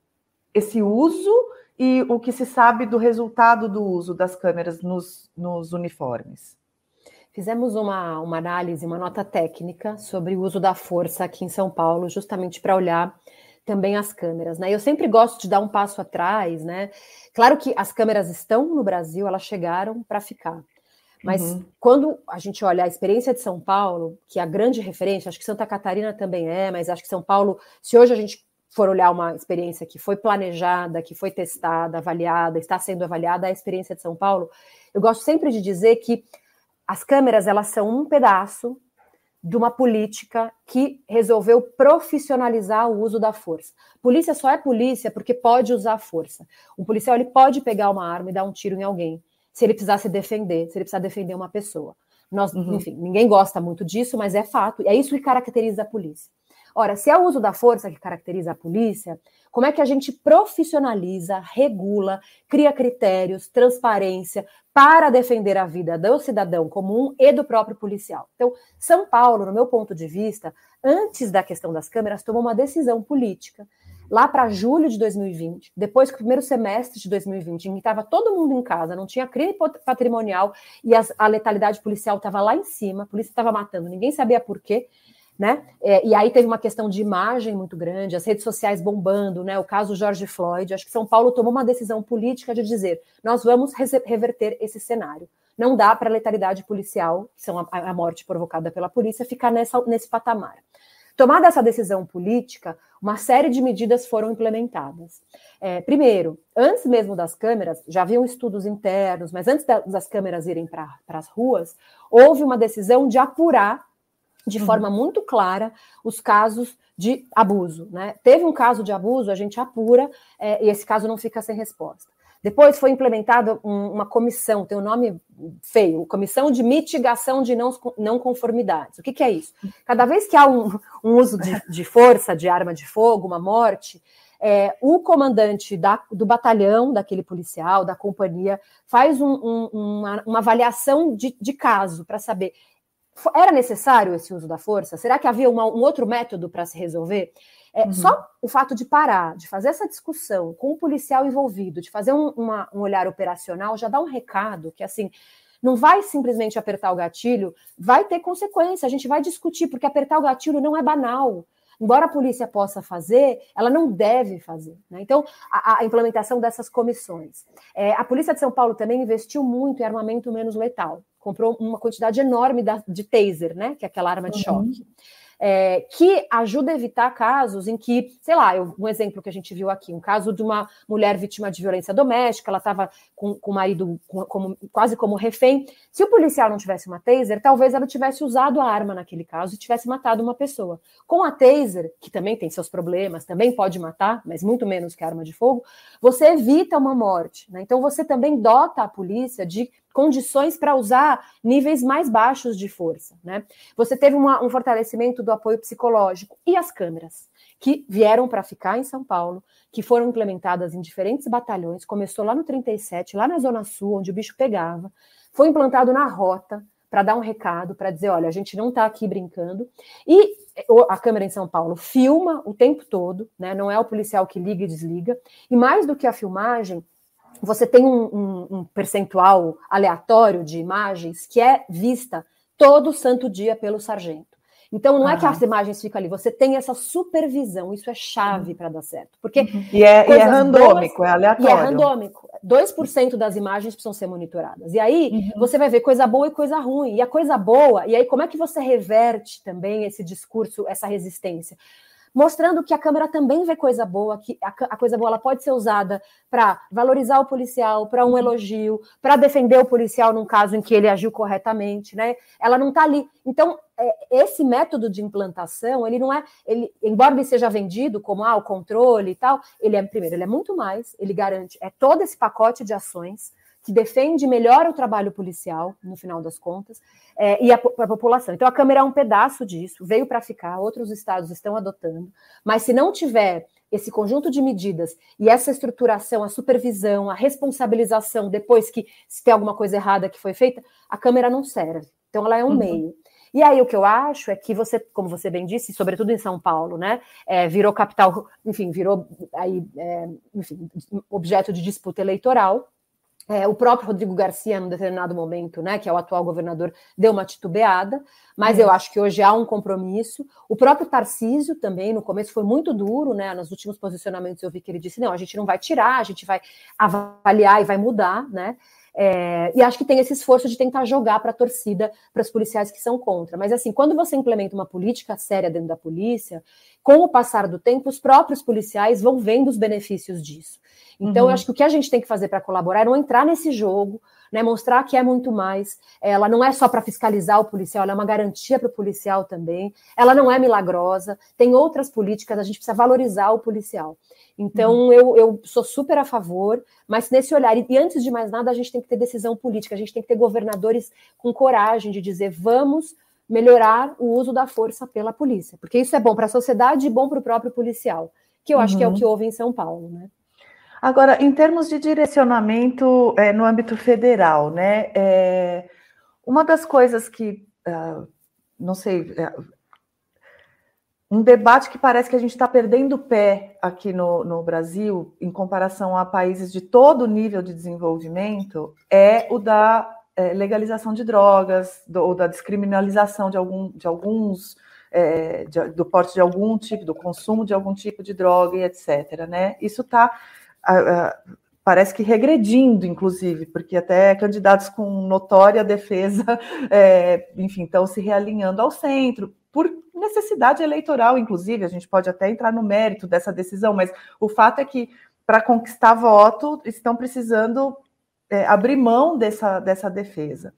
esse uso e o que se sabe do resultado do uso das câmeras nos, nos uniformes? Fizemos uma, uma análise, uma nota técnica sobre o uso da força aqui em São Paulo, justamente para olhar também as câmeras, né? Eu sempre gosto de dar um passo atrás, né? Claro que as câmeras estão no Brasil, elas chegaram para ficar. Mas uhum. quando a gente olha a experiência de São Paulo, que é a grande referência, acho que Santa Catarina também é, mas acho que São Paulo, se hoje a gente for olhar uma experiência que foi planejada, que foi testada, avaliada, está sendo avaliada, a experiência de São Paulo, eu gosto sempre de dizer que as câmeras, elas são um pedaço de uma política que resolveu profissionalizar o uso da força. Polícia só é polícia porque pode usar a força. Um policial, ele pode pegar uma arma e dar um tiro em alguém, se ele precisar se defender, se ele precisar defender uma pessoa. Nós, uhum. Enfim, ninguém gosta muito disso, mas é fato, e é isso que caracteriza a polícia. Ora, se é o uso da força que caracteriza a polícia, como é que a gente profissionaliza, regula, cria critérios, transparência para defender a vida do cidadão comum e do próprio policial? Então, São Paulo, no meu ponto de vista, antes da questão das câmeras, tomou uma decisão política. Lá para julho de dois mil e vinte, depois do primeiro semestre de dois mil e vinte, em que estava todo mundo em casa, não tinha crime patrimonial e as, a letalidade policial estava lá em cima, a polícia estava matando, ninguém sabia por quê. Né? É, e aí teve uma questão de imagem muito grande, as redes sociais bombando, né? O caso George Floyd. Acho que São Paulo tomou uma decisão política de dizer, nós vamos reverter esse cenário. Não dá para a letalidade policial, que são a, a morte provocada pela polícia, ficar nessa, nesse patamar. Tomada essa decisão política, uma série de medidas foram implementadas. É, primeiro, antes mesmo das câmeras, já haviam estudos internos, mas antes da, das câmeras irem para as ruas, houve uma decisão de apurar de forma uhum. muito clara os casos de abuso, né? Teve um caso de abuso, a gente apura, é, e esse caso não fica sem resposta. Depois foi implementada um, uma comissão, tem um nome feio, Comissão de Mitigação de Não, não Conformidades. O que, que é isso? Cada vez que há um, um uso de, de força, de arma de fogo, uma morte, é, o comandante da, do batalhão, daquele policial, da companhia, faz um, um, uma, uma avaliação de, de caso para saber... Era necessário esse uso da força? Será que havia uma, um outro método para se resolver? É, uhum. Só o fato de parar, de fazer essa discussão com o policial envolvido, de fazer um, uma, um olhar operacional, já dá um recado que, assim, não vai simplesmente apertar o gatilho, vai ter consequência, a gente vai discutir, porque apertar o gatilho não é banal. Embora a polícia possa fazer, ela não deve fazer, né? Então, a, a implementação dessas comissões. É, a Polícia de São Paulo também investiu muito em armamento menos letal. Comprou uma quantidade enorme da, de taser, né? Que é aquela arma de uhum. choque. É, que ajuda a evitar casos em que, sei lá, eu, um exemplo que a gente viu aqui, um caso de uma mulher vítima de violência doméstica, ela estava com, com o marido com, como, quase como refém. Se o policial não tivesse uma taser, talvez ela tivesse usado a arma naquele caso e tivesse matado uma pessoa. Com a taser, que também tem seus problemas, também pode matar, mas muito menos que a arma de fogo, você evita uma morte, né? Então você também dota a polícia de condições para usar níveis mais baixos de força, né? Você teve uma, um fortalecimento do apoio psicológico e as câmeras, que vieram para ficar em São Paulo, que foram implementadas em diferentes batalhões, começou lá no trinta e sete, lá na Zona Sul, onde o bicho pegava, foi implantado na rota para dar um recado, para dizer, olha, a gente não está aqui brincando, e a câmera em São Paulo filma o tempo todo, né? Não é o policial que liga e desliga, e mais do que a filmagem, você tem um, um, um percentual aleatório de imagens que é vista todo santo dia pelo sargento. Então, não Aham. é que as imagens ficam ali, você tem essa supervisão, isso é chave Uhum. para dar certo. Porque uhum. E é, e é randômico, boas, é aleatório. E é randômico. dois por cento das imagens precisam ser monitoradas. E aí, uhum. você vai ver coisa boa e coisa ruim. E a coisa boa, e aí como é que você reverte também esse discurso, essa resistência? Mostrando que a Câmara também vê coisa boa, que a, a coisa boa ela pode ser usada para valorizar o policial, para um elogio, para defender o policial num caso em que ele agiu corretamente, né? Ela não está ali. Então, é, esse método de implantação, ele não é, ele, embora ele seja vendido como ah, o controle e tal, ele é, primeiro, ele é muito mais, ele garante, é todo esse pacote de ações que defende melhor o trabalho policial, no final das contas, é, e a, a população. Então, a Câmara é um pedaço disso, veio para ficar, outros estados estão adotando, mas se não tiver esse conjunto de medidas e essa estruturação, a supervisão, a responsabilização, depois que se tem alguma coisa errada que foi feita, a Câmara não serve. Então, ela é um uhum. meio. E aí, o que eu acho é que você, como você bem disse, sobretudo em São Paulo, né, é, virou capital, enfim, virou aí, é, enfim, objeto de disputa eleitoral. É, o próprio Rodrigo Garcia, num determinado momento, né, que é o atual governador, deu uma titubeada, mas uhum. eu acho que hoje há um compromisso. O próprio Tarcísio também, no começo, foi muito duro, né, nos últimos posicionamentos eu vi que ele disse, não, a gente não vai tirar, a gente vai avaliar e vai mudar, né, é, e acho que tem esse esforço de tentar jogar para a torcida, para os policiais que são contra. Mas, assim, quando você implementa uma política séria dentro da polícia, com o passar do tempo, os próprios policiais vão vendo os benefícios disso. Então, uhum. eu acho que o que a gente tem que fazer para colaborar é não entrar nesse jogo, né, mostrar que é muito mais. Ela não é só para fiscalizar o policial, ela é uma garantia para o policial também. Ela não é milagrosa, tem outras políticas, a gente precisa valorizar o policial. Então, uhum. eu, eu sou super a favor, mas nesse olhar, e, e antes de mais nada, a gente tem que ter decisão política, a gente tem que ter governadores com coragem de dizer, vamos melhorar o uso da força pela polícia, porque isso é bom para a sociedade e bom para o próprio policial, que eu acho uhum. que é o que houve em São Paulo, né? Agora, em termos de direcionamento é, no âmbito federal, né, é, uma das coisas que, uh, não sei, é, um debate que parece que a gente está perdendo o pé aqui no, no Brasil, em comparação a países de todo nível de desenvolvimento, é o da é, legalização de drogas, do, ou da descriminalização de, algum, de alguns, é, de, do porte de algum tipo, do consumo de algum tipo de droga e etcétera, né? Isso está... Uh, uh, parece que regredindo, inclusive, porque até candidatos com notória defesa, é, enfim, estão se realinhando ao centro, por necessidade eleitoral, inclusive, a gente pode até entrar no mérito dessa decisão, mas o fato é que, para conquistar voto, estão precisando é, abrir mão dessa, dessa defesa.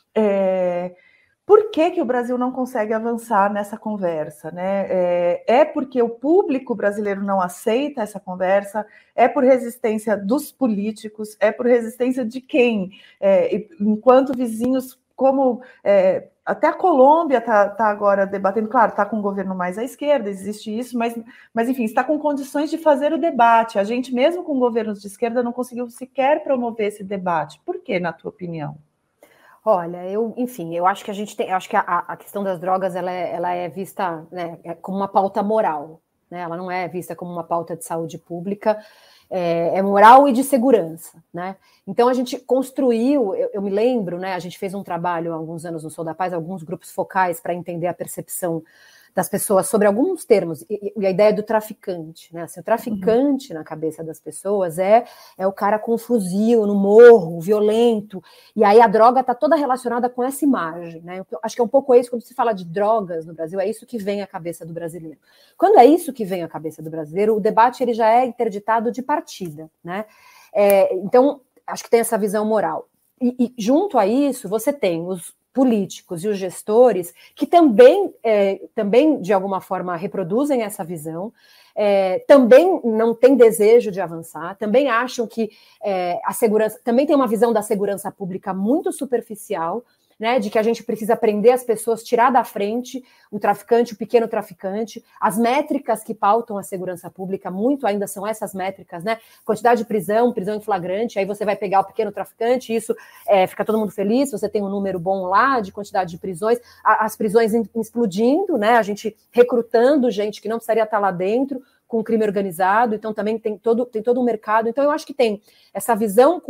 É, Por que, que o Brasil não consegue avançar nessa conversa, né? É, é porque o público brasileiro não aceita essa conversa, é por resistência dos políticos, é por resistência de quem? É, enquanto vizinhos, como é, até a Colômbia está tá agora debatendo, claro, está com um governo mais à esquerda, existe isso, mas, mas enfim, está com condições de fazer o debate. A gente, mesmo com governos de esquerda, não conseguiu sequer promover esse debate. Por que, na tua opinião? Olha, eu, enfim, eu acho que a gente tem, eu acho que a, a questão das drogas ela é, ela é vista, né, como uma pauta moral, né? Ela não é vista como uma pauta de saúde pública, é, é moral e de segurança, né? Então a gente construiu, eu, eu me lembro, né? A gente fez um trabalho há alguns anos no Sou da Paz, alguns grupos focais para entender a percepção das pessoas sobre alguns termos, e, e a ideia do traficante, né? Assim, o traficante uhum. na cabeça das pessoas é, é o cara com um fuzil no morro, violento, e aí a droga está toda relacionada com essa imagem, né? Eu acho que é um pouco isso, quando se fala de drogas no Brasil, é isso que vem à cabeça do brasileiro. Quando é isso que vem à cabeça do brasileiro, o debate ele já é interditado de partida, né? É, então, acho que tem essa visão moral. E, e junto a isso, você tem os políticos e os gestores que também, é, também de alguma forma, reproduzem essa visão, é, também não têm desejo de avançar, também acham que é, a segurança, também tem uma visão da segurança pública muito superficial, né, de que a gente precisa prender as pessoas, tirar da frente o traficante, o pequeno traficante. As métricas que pautam a segurança pública muito ainda são essas métricas, né? Quantidade de prisão, prisão em flagrante, aí você vai pegar o pequeno traficante, isso é, fica todo mundo feliz, você tem um número bom lá de quantidade de prisões, as prisões explodindo, né? A gente recrutando gente que não precisaria estar lá dentro, com crime organizado, então também tem todo, tem todo um mercado. Então eu acho que tem essa visão com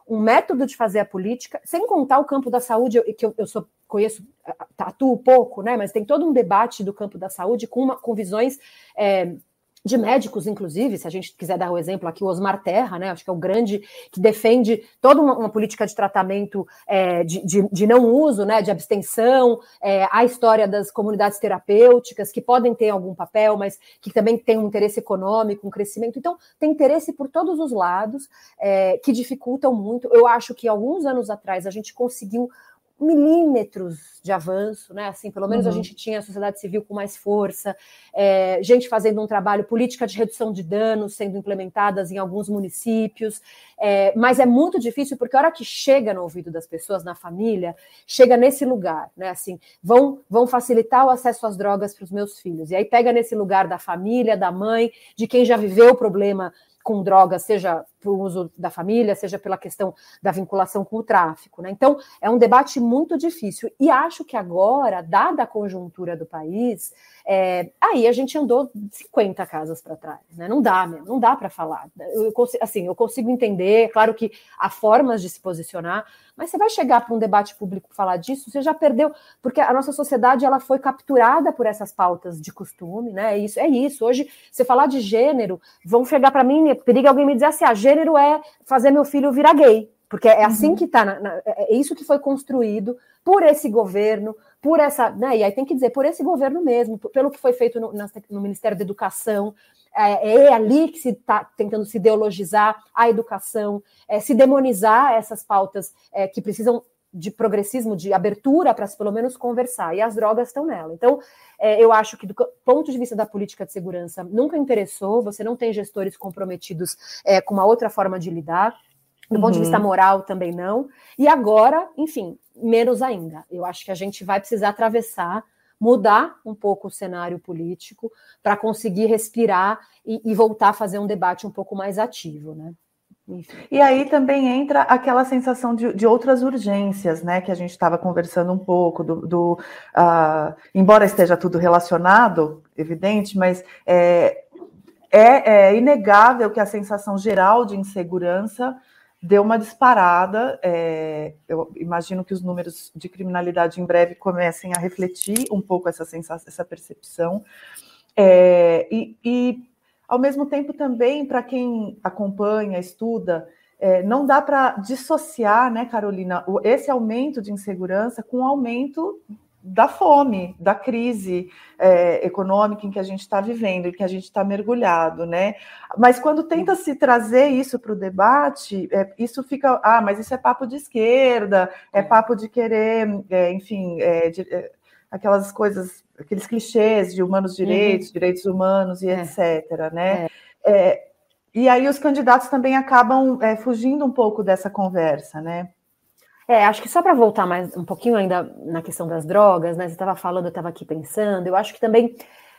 um método de fazer a política, sem contar o campo da saúde, que eu, eu sou, conheço, atuo pouco, né? Mas tem todo um debate do campo da saúde com, uma, com visões... É, de médicos, inclusive, se a gente quiser dar o exemplo aqui, o Osmar Terra, né, acho que é o grande que defende toda uma, uma política de tratamento é, de, de, de não uso, né, de abstenção, é, a história das comunidades terapêuticas, que podem ter algum papel, mas que também tem um interesse econômico, um crescimento. Então, tem interesse por todos os lados, é, que dificultam muito. Eu acho que alguns anos atrás a gente conseguiu milímetros de avanço, né? Assim, pelo menos uhum. a gente tinha a sociedade civil com mais força, é, gente fazendo um trabalho, política de redução de danos sendo implementadas em alguns municípios, é, mas é muito difícil porque a hora que chega no ouvido das pessoas, na família, chega nesse lugar, né? Assim, vão, vão facilitar o acesso às drogas para os meus filhos, e aí pega nesse lugar da família, da mãe, de quem já viveu o problema com drogas, seja por uso da família, seja pela questão da vinculação com o tráfico, né? Então, é um debate muito difícil. E acho que agora, dada a conjuntura do país, é, aí a gente andou cinquenta casas para trás, né? Não dá mesmo, não dá para falar. Eu, assim, eu consigo entender, claro que há formas de se posicionar, mas você vai chegar para um debate público falar disso, você já perdeu, porque a nossa sociedade ela foi capturada por essas pautas de costume, né? É isso, é isso. Hoje, você falar de gênero, vão chegar para mim, periga alguém me dizer assim, ah, gênero é fazer meu filho virar gay, porque é assim uhum. que está, é isso que foi construído por esse governo, por essa, né, e aí tem que dizer, por esse governo mesmo, pelo que foi feito no, no Ministério da Educação, é, é ali que se está tentando se ideologizar a educação, é, se demonizar essas pautas é, que precisam de progressismo, de abertura para pelo menos conversar, e as drogas estão nela. Então, é, eu acho que do ponto de vista da política de segurança nunca interessou, você não tem gestores comprometidos é, com uma outra forma de lidar, do uhum. ponto de vista moral também não, e agora, enfim, menos ainda. Eu acho que a gente vai precisar atravessar, mudar um pouco o cenário político para conseguir respirar e, e voltar a fazer um debate um pouco mais ativo, né? E aí também entra aquela sensação de, de outras urgências, né, que a gente estava conversando um pouco, do, do uh, embora esteja tudo relacionado, evidente, mas é, é, é inegável que a sensação geral de insegurança deu uma disparada. É, eu imagino que os números de criminalidade em breve comecem a refletir um pouco essa sensação, essa percepção, é, e, e ao mesmo tempo, também, para quem acompanha, estuda, é, não dá para dissociar, né, Carolina, esse aumento de insegurança com o aumento da fome, da crise é, econômica em que a gente está vivendo, em que a gente está mergulhado, né? Mas quando tenta se trazer isso para o debate, é, isso fica, ah, mas isso é papo de esquerda, é papo de querer, é, enfim, é, de, é, aquelas coisas, aqueles clichês de humanos direitos, uhum. direitos humanos e é. etcétera, né? É. É, e aí os candidatos também acabam é, fugindo um pouco dessa conversa, né? É, acho que só para voltar mais um pouquinho ainda na questão das drogas, né? Você estava falando, eu estava aqui pensando, eu acho que também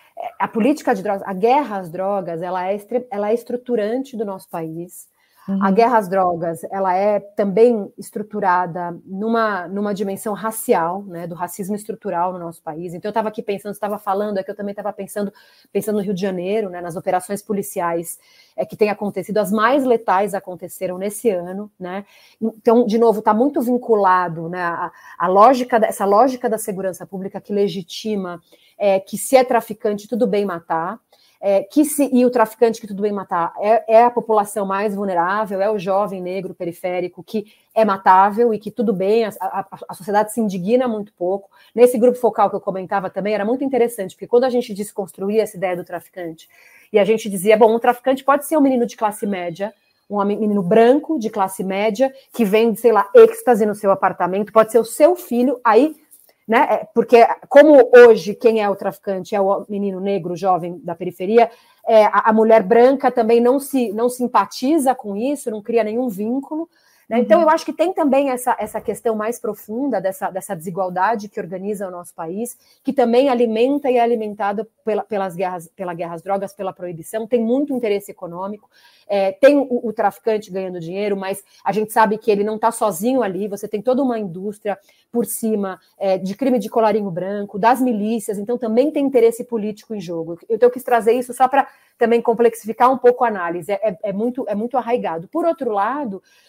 a política de drogas, a guerra às drogas, ela é, ela é estruturante do nosso país. Uhum. A guerra às drogas, ela é também estruturada numa, numa dimensão racial, né, do racismo estrutural no nosso país. Então, eu estava aqui pensando, estava falando, é que eu também estava pensando, pensando no Rio de Janeiro, né, nas operações policiais é, que têm acontecido, as mais letais aconteceram nesse ano, né. Então, de novo, está muito vinculado, né, a, a lógica, essa lógica da segurança pública que legitima é, que se é traficante, tudo bem matar. É, que se, e o traficante que tudo bem matar é, é a população mais vulnerável, é o jovem negro periférico que é matável e que tudo bem, a, a, a sociedade se indigna muito pouco. Nesse grupo focal que eu comentava também, era muito interessante, porque quando a gente desconstruía essa ideia do traficante, e a gente dizia, bom, um traficante pode ser um menino de classe média, um menino branco de classe média, que vende, sei lá, êxtase no seu apartamento, pode ser o seu filho, aí... Né? Porque como hoje quem é o traficante é o menino negro jovem da periferia, é, a, a mulher branca também não se não simpatiza com isso, não cria nenhum vínculo, né? Uhum. Então eu acho que tem também essa, essa questão mais profunda dessa, dessa desigualdade que organiza o nosso país, que também alimenta e é alimentada pela, pelas guerras, pela guerra às drogas, pela proibição, tem muito interesse econômico. É, tem o, o traficante ganhando dinheiro, mas a gente sabe que ele não está sozinho ali, você tem toda uma indústria por cima é, de crime de colarinho branco, das milícias, então também tem interesse político em jogo. Então eu quis trazer isso só para também complexificar um pouco a análise, é, é, é, muito, é muito arraigado. Por outro lado, muita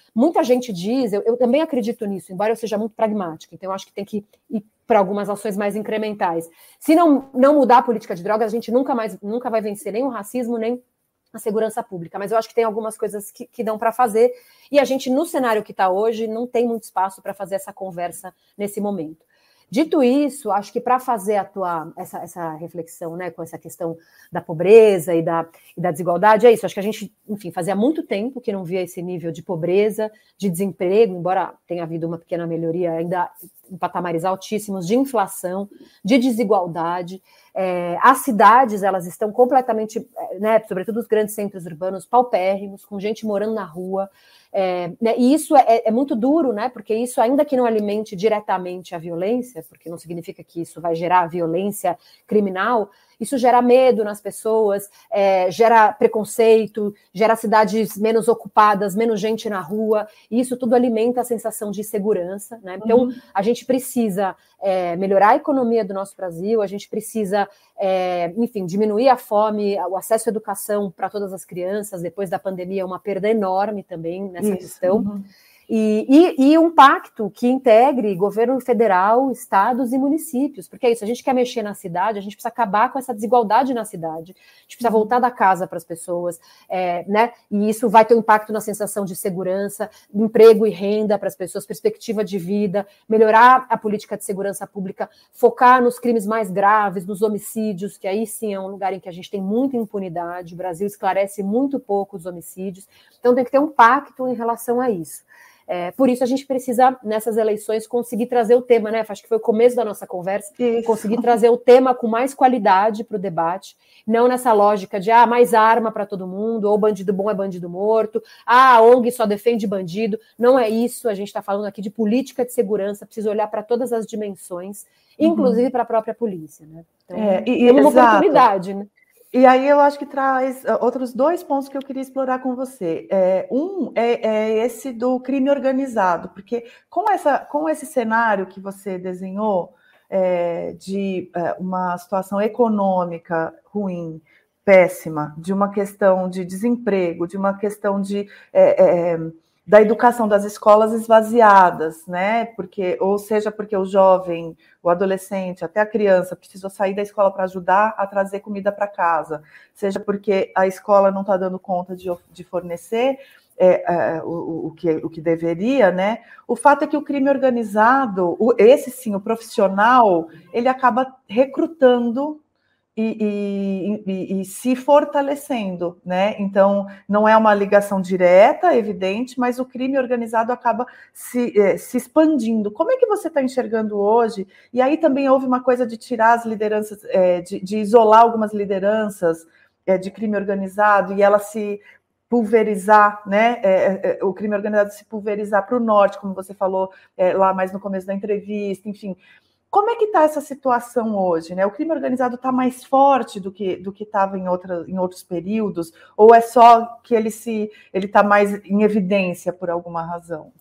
gente diz, eu, eu também acredito nisso, embora eu seja muito pragmática, então eu acho que tem que ir para algumas ações mais incrementais. Se não, não mudar a política de drogas, a gente nunca, mais, nunca vai vencer nem o racismo, nem a segurança pública, mas eu acho que tem algumas coisas que, que dão para fazer, e a gente, no cenário que está hoje, não tem muito espaço para fazer essa conversa nesse momento. Dito isso, acho que para fazer a tua, essa, essa reflexão, né, com essa questão da pobreza e da, e da desigualdade, é isso. Acho que a gente, enfim, fazia muito tempo que não via esse nível de pobreza, de desemprego, embora tenha havido uma pequena melhoria, ainda em patamares altíssimos, de inflação, de desigualdade. É, as cidades, elas estão completamente, né, sobretudo os grandes centros urbanos, paupérrimos, com gente morando na rua. É, né, e isso é, é muito duro, né, porque isso, ainda que não alimente diretamente a violência, porque não significa que isso vai gerar violência criminal, isso gera medo nas pessoas, é, gera preconceito, gera cidades menos ocupadas, menos gente na rua, e isso tudo alimenta a sensação de insegurança, né? Então, uhum. a gente precisa é, melhorar a economia do nosso Brasil, a gente precisa, é, enfim, diminuir a fome, o acesso à educação para todas as crianças. Depois da pandemia, é uma perda enorme também nessa isso. questão. Uhum. E, e, e um pacto que integre governo federal, estados e municípios, porque é isso, a gente quer mexer na cidade, a gente precisa acabar com essa desigualdade na cidade, a gente precisa voltar da casa para as pessoas, é, né? E isso vai ter um impacto na sensação de segurança, emprego e renda para as pessoas, perspectiva de vida, melhorar a política de segurança pública, focar nos crimes mais graves, nos homicídios, que aí sim é um lugar em que a gente tem muita impunidade, o Brasil esclarece muito pouco os homicídios, então tem que ter um pacto em relação a isso. É, por isso a gente precisa, nessas eleições, conseguir trazer o tema, né? Acho que foi o começo da nossa conversa, isso. Conseguir trazer o tema com mais qualidade para o debate, não nessa lógica de ah, mais arma para todo mundo, ou bandido bom é bandido morto, ah, a ONG só defende bandido. Não é isso, a gente está falando aqui de política de segurança, precisa olhar para todas as dimensões, inclusive uhum. para a própria polícia, né? Então, é, e, é uma exato. oportunidade, né? E aí eu acho que traz outros dois pontos que eu queria explorar com você. É, um é, é esse do crime organizado, porque com, essa, com esse cenário que você desenhou é, de é, uma situação econômica ruim, péssima, de uma questão de desemprego, de uma questão de... É, é, da educação das escolas esvaziadas, né? Porque, ou seja, porque o jovem, o adolescente, até a criança precisou sair da escola para ajudar a trazer comida para casa, seja porque a escola não está dando conta de, de fornecer é, é, o, o, que, o que deveria, né? O fato é que o crime organizado, o, esse sim, o profissional, ele acaba recrutando E, e, e, e se fortalecendo, né? Então, não é uma ligação direta, evidente, mas o crime organizado acaba se, eh, se expandindo. Como é que você está enxergando hoje? E aí também houve uma coisa de tirar as lideranças, eh, de, de isolar algumas lideranças eh, de crime organizado e ela se pulverizar, né? É, é, o crime organizado se pulverizar para o norte, como você falou é, lá mais no começo da entrevista, enfim. Como é que está essa situação hoje, né? O crime organizado está mais forte do que do que estava em, outra, em outros períodos, ou é só que ele se ele está mais em evidência por alguma razão?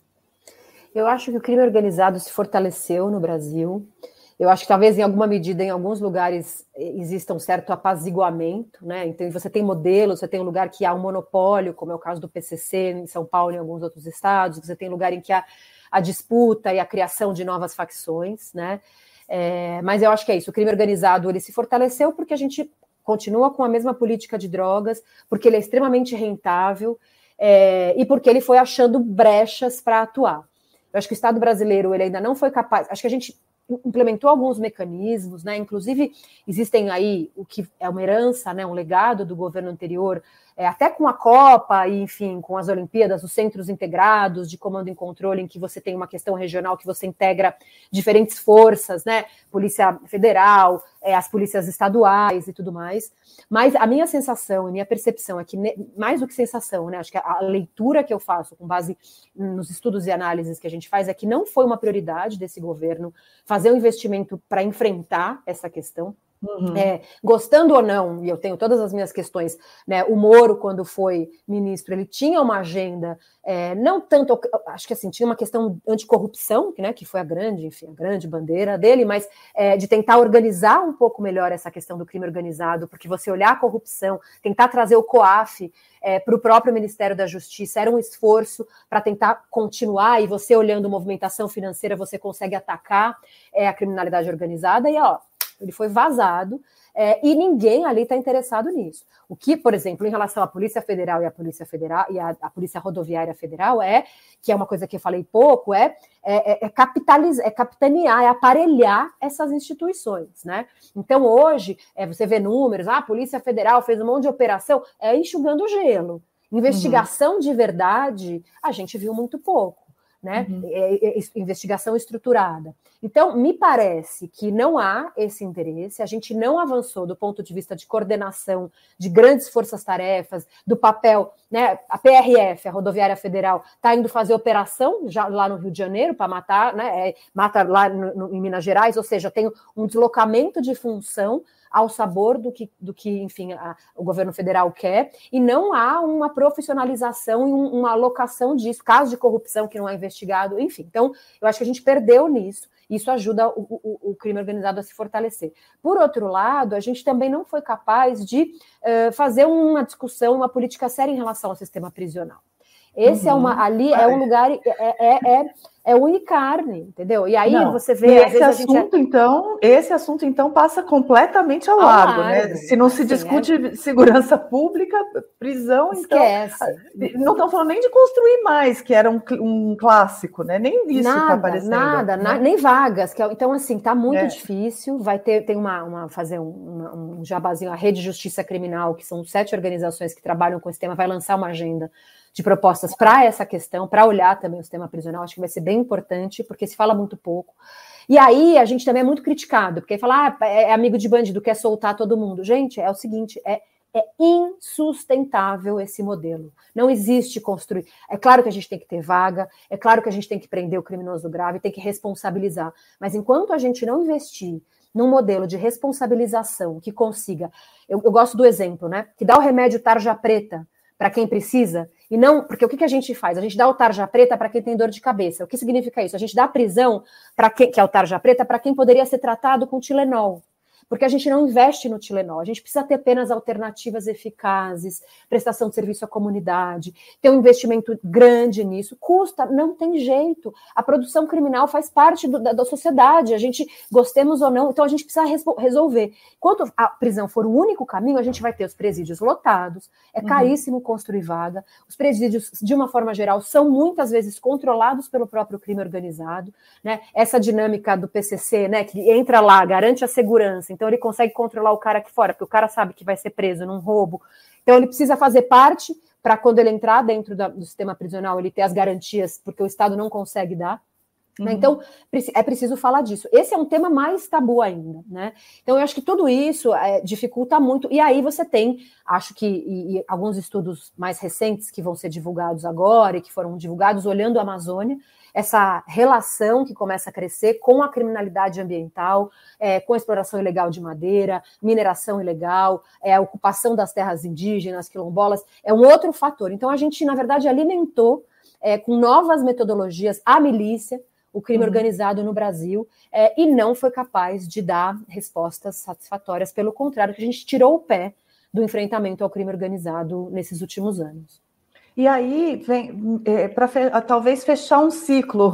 Eu acho que o crime organizado se fortaleceu no Brasil. Eu acho que talvez em alguma medida, em alguns lugares, exista um certo apaziguamento, né? Então você tem modelos, você tem um lugar que há um monopólio, como é o caso do P C C em São Paulo e em alguns outros estados, você tem lugar em que há a disputa e a criação de novas facções, né? É, mas eu acho que é isso, o crime organizado ele se fortaleceu porque a gente continua com a mesma política de drogas, porque ele é extremamente rentável é, e porque ele foi achando brechas para atuar. Eu acho que o Estado brasileiro ele ainda não foi capaz, acho que a gente implementou alguns mecanismos, né? Inclusive existem aí o que é uma herança, né? Um legado do governo anterior, é, até com a Copa e, enfim, com as Olimpíadas, os centros integrados de comando e controle, em que você tem uma questão regional que você integra diferentes forças, né? Polícia Federal, é, as polícias estaduais e tudo mais. Mas a minha sensação e minha percepção é que, mais do que sensação, né? Acho que a leitura que eu faço com base nos estudos e análises que a gente faz é que não foi uma prioridade desse governo fazer um investimento para enfrentar essa questão. Uhum. É, gostando ou não, e eu tenho todas as minhas questões, né, o Moro, quando foi ministro, ele tinha uma agenda, é, não tanto, acho que assim, tinha uma questão anticorrupção, né, que foi a grande, enfim, a grande bandeira dele, mas é, de tentar organizar um pouco melhor essa questão do crime organizado, porque você olhar a corrupção, tentar trazer o COAF é, para o próprio Ministério da Justiça, era um esforço para tentar continuar, e você olhando movimentação financeira, você consegue atacar é, a criminalidade organizada, e ó, ele foi vazado, é, e ninguém ali está interessado nisso. O que, por exemplo, em relação à Polícia Federal e à Polícia Federal e à, à Polícia Rodoviária Federal, é, que é uma coisa que eu falei pouco, é, é, é, capitalizar, é capitanear, é aparelhar essas instituições, né? Então, hoje, é, você vê números, ah, a Polícia Federal fez um monte de operação, é enxugando gelo. Investigação uhum. de verdade, a gente viu muito pouco. Né? Uhum. É, é, é, investigação estruturada. Então, me parece que não há esse interesse, a gente não avançou do ponto de vista de coordenação de grandes forças-tarefas, do papel, né? A P R F, a Rodoviária Federal, está indo fazer operação já lá no Rio de Janeiro para matar, né? É, mata lá no, no, em Minas Gerais, ou seja, tem um deslocamento de função ao sabor do que, do que enfim, a, o governo federal quer, e não há uma profissionalização e um, uma alocação disso, caso de corrupção que não é investigado, enfim. Então, eu acho que a gente perdeu nisso, e isso ajuda o, o, o crime organizado a se fortalecer. Por outro lado, a gente também não foi capaz de uh, fazer uma discussão, uma política séria em relação ao sistema prisional. Esse uhum. é uma, ali é um lugar, é, é, é, é unicarne, entendeu? E aí não. você vê... E esse assunto, é... então, esse assunto, então, passa completamente ao, ao largo, largo, né? Se não assim, se discute é... segurança pública, prisão, Esquece. Então... Não estão falando nem de construir mais, que era um, um clássico, né? Nem isso está aparecendo. Nada, né? na, nem vagas. Que é, então, assim, está muito é. difícil. Vai ter, tem uma, uma fazer um, uma, um jabazinho, a Rede Justiça Criminal, que são sete organizações que trabalham com esse tema, vai lançar uma agenda de propostas para essa questão, para olhar também o sistema prisional, acho que vai ser bem importante, porque se fala muito pouco. E aí a gente também é muito criticado, porque fala, ah, é amigo de bandido, quer soltar todo mundo. Gente, é o seguinte, é, é insustentável esse modelo. Não existe construir. É claro que a gente tem que ter vaga, é claro que a gente tem que prender o criminoso grave, tem que responsabilizar, mas enquanto a gente não investir num modelo de responsabilização que consiga, eu, eu gosto do exemplo, né, que dá o remédio tarja preta para quem precisa, e não, porque o que, que a gente faz? A gente dá o tarja preta para quem tem dor de cabeça. O que significa isso? A gente dá a prisão, para quem, que é o tarja preta, para quem poderia ser tratado com Tilenol. Porque a gente não investe no Tilenol, a gente precisa ter penas alternativas eficazes, prestação de serviço à comunidade, ter um investimento grande nisso, custa, não tem jeito, a produção criminal faz parte do, da, da sociedade, a gente, gostemos ou não, então a gente precisa res, resolver. Enquanto a prisão for o único caminho, a gente vai ter os presídios lotados, é caríssimo uhum. construir vaga, os presídios, de uma forma geral, são muitas vezes controlados pelo próprio crime organizado, né? Essa dinâmica do P C C, né, que entra lá, garante a segurança, então ele consegue controlar o cara aqui fora, porque o cara sabe que vai ser preso num roubo. Então ele precisa fazer parte para quando ele entrar dentro da, do sistema prisional, ele ter as garantias, porque o Estado não consegue dar. Uhum. Né? Então é preciso falar disso. Esse é um tema mais tabu ainda, né? Então eu acho que tudo isso é, dificulta muito. E aí você tem, acho que e, e alguns estudos mais recentes que vão ser divulgados agora e que foram divulgados olhando a Amazônia, essa relação que começa a crescer com a criminalidade ambiental, é, com a exploração ilegal de madeira, mineração ilegal, é, a ocupação das terras indígenas, quilombolas, é um outro fator. Então a gente, na verdade, alimentou é, com novas metodologias a milícia, o crime uhum. organizado no Brasil, é, e não foi capaz de dar respostas satisfatórias, pelo contrário, que a gente tirou o pé do enfrentamento ao crime organizado nesses últimos anos. E aí, vem é, para fe talvez fechar um ciclo,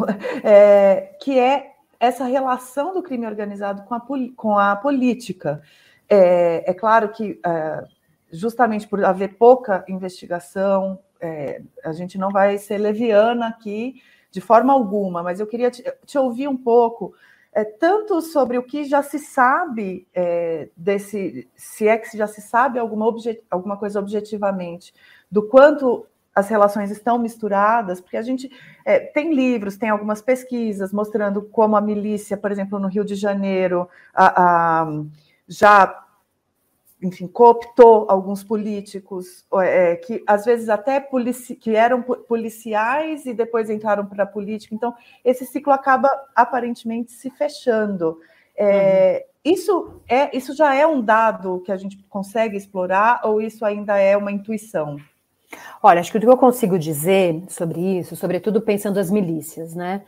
é, que é essa relação do crime organizado com a, com a política. É, é claro que, é, justamente por haver pouca investigação, é, a gente não vai ser leviana aqui de forma alguma, mas eu queria te, te ouvir um pouco, é, tanto sobre o que já se sabe é, desse, se é que já se sabe alguma, obje, alguma coisa objetivamente, do quanto as relações estão misturadas, porque a gente é, tem livros, tem algumas pesquisas mostrando como a milícia, por exemplo, no Rio de Janeiro, a, a, já, enfim, cooptou alguns políticos, é, que às vezes até polici que eram policiais e depois entraram para a política. Então, esse ciclo acaba aparentemente se fechando. É, uhum. Isso, é, isso já é um dado que a gente consegue explorar ou isso ainda é uma intuição? Olha, acho que o que eu consigo dizer sobre isso, sobretudo pensando as milícias, né?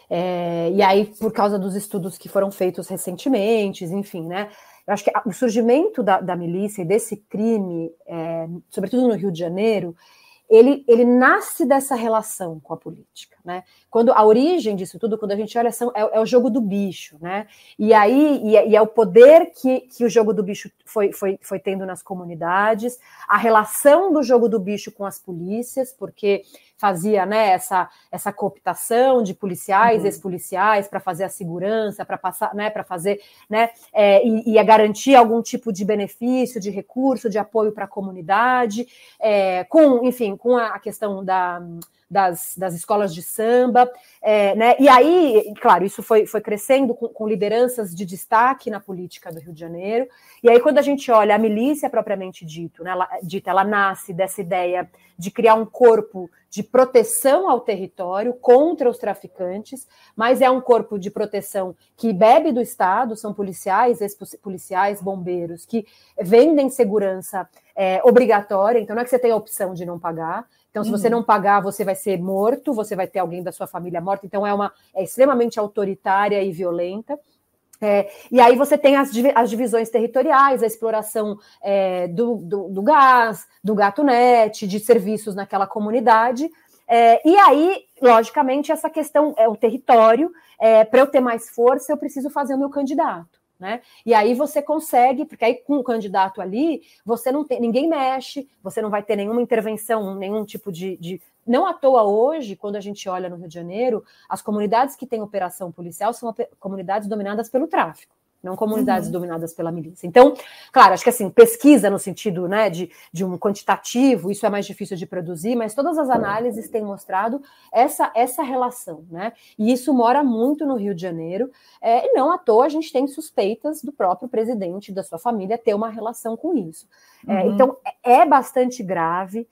É, e aí, por causa dos estudos que foram feitos recentemente, enfim, né? Eu acho que o surgimento da, da milícia e desse crime, é, sobretudo no Rio de Janeiro, ele, ele nasce dessa relação com a política, né? Quando a origem disso tudo, quando a gente olha, são, é, é o jogo do bicho, né? E aí e é, e é o poder que, que o jogo do bicho foi, foi, foi tendo nas comunidades, a relação do jogo do bicho com as polícias, porque fazia, né, essa, essa cooptação de policiais, uhum. ex-policiais, para fazer a segurança, para passar, né, para fazer, né, é, e, e a garantir algum tipo de benefício, de recurso, de apoio para a comunidade, é, com, enfim, com a questão da, das, das escolas de samba, é, né, e aí, claro, isso foi, foi crescendo com, com lideranças de destaque na política do Rio de Janeiro, e aí quando a gente olha a milícia propriamente dito, né, ela, dita, ela nasce dessa ideia de criar um corpo de proteção ao território contra os traficantes, mas é um corpo de proteção que bebe do Estado, são policiais, ex-policiais, bombeiros, que vendem segurança é, obrigatória, então não é que você tem a opção de não pagar, então se uhum. você não pagar, você vai ser morto, você vai ter alguém da sua família morto, então é, uma, é extremamente autoritária e violenta. É, e aí você tem as, as divisões territoriais, a exploração é, do, do, do gás, do gato-net, de serviços naquela comunidade, é, e aí, logicamente, essa questão é o território, é, para eu ter mais força, eu preciso fazer o meu candidato, né? E aí você consegue, porque aí com o candidato ali, você não tem, ninguém mexe, você não vai ter nenhuma intervenção, nenhum tipo de... de Não à toa hoje, quando a gente olha no Rio de Janeiro, as comunidades que têm operação policial são comunidades dominadas pelo tráfico, não comunidades uhum. dominadas pela milícia. Então, claro, acho que assim, pesquisa no sentido, né, de, de um quantitativo, isso é mais difícil de produzir, mas todas as análises têm mostrado essa, essa relação, né? E isso mora muito no Rio de Janeiro, é, e não à toa a gente tem suspeitas do próprio presidente, da sua família, ter uma relação com isso. Uhum. É, então, é bastante grave.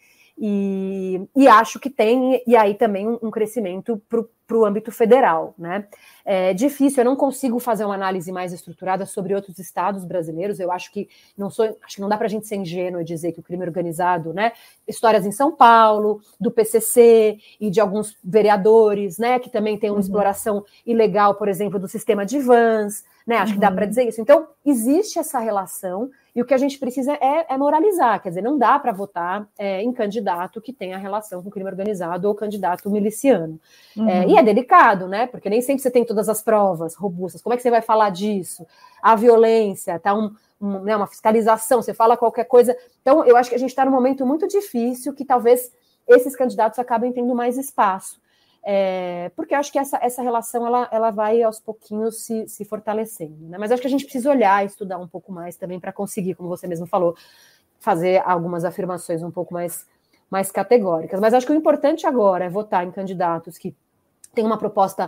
E, e acho que tem, e aí também um, um crescimento para o âmbito federal, né? É difícil, eu não consigo fazer uma análise mais estruturada sobre outros estados brasileiros, eu acho que não sou, acho que não dá para a gente ser ingênuo e dizer que o crime organizado, né? Histórias em São Paulo, do P C C e de alguns vereadores, né? Que também tem uma uhum. exploração ilegal, por exemplo, do sistema de vans, né? Acho uhum. que dá para dizer isso. Então, existe essa relação. E o que a gente precisa é, é moralizar, quer dizer, não dá para votar é, em candidato que tenha relação com o crime organizado ou candidato miliciano. Uhum. É, e é delicado, né? Porque nem sempre você tem todas as provas robustas. Como é que você vai falar disso? A violência, tá um, um, né, uma fiscalização, você fala qualquer coisa. Então, eu acho que a gente está num momento muito difícil que talvez esses candidatos acabem tendo mais espaço. É, porque eu acho que essa, essa relação ela, ela vai aos pouquinhos se, se fortalecendo, né? Mas acho que a gente precisa olhar e estudar um pouco mais também para conseguir, como você mesmo falou, fazer algumas afirmações um pouco mais, mais categóricas. Mas acho que o importante agora é votar em candidatos que têm uma proposta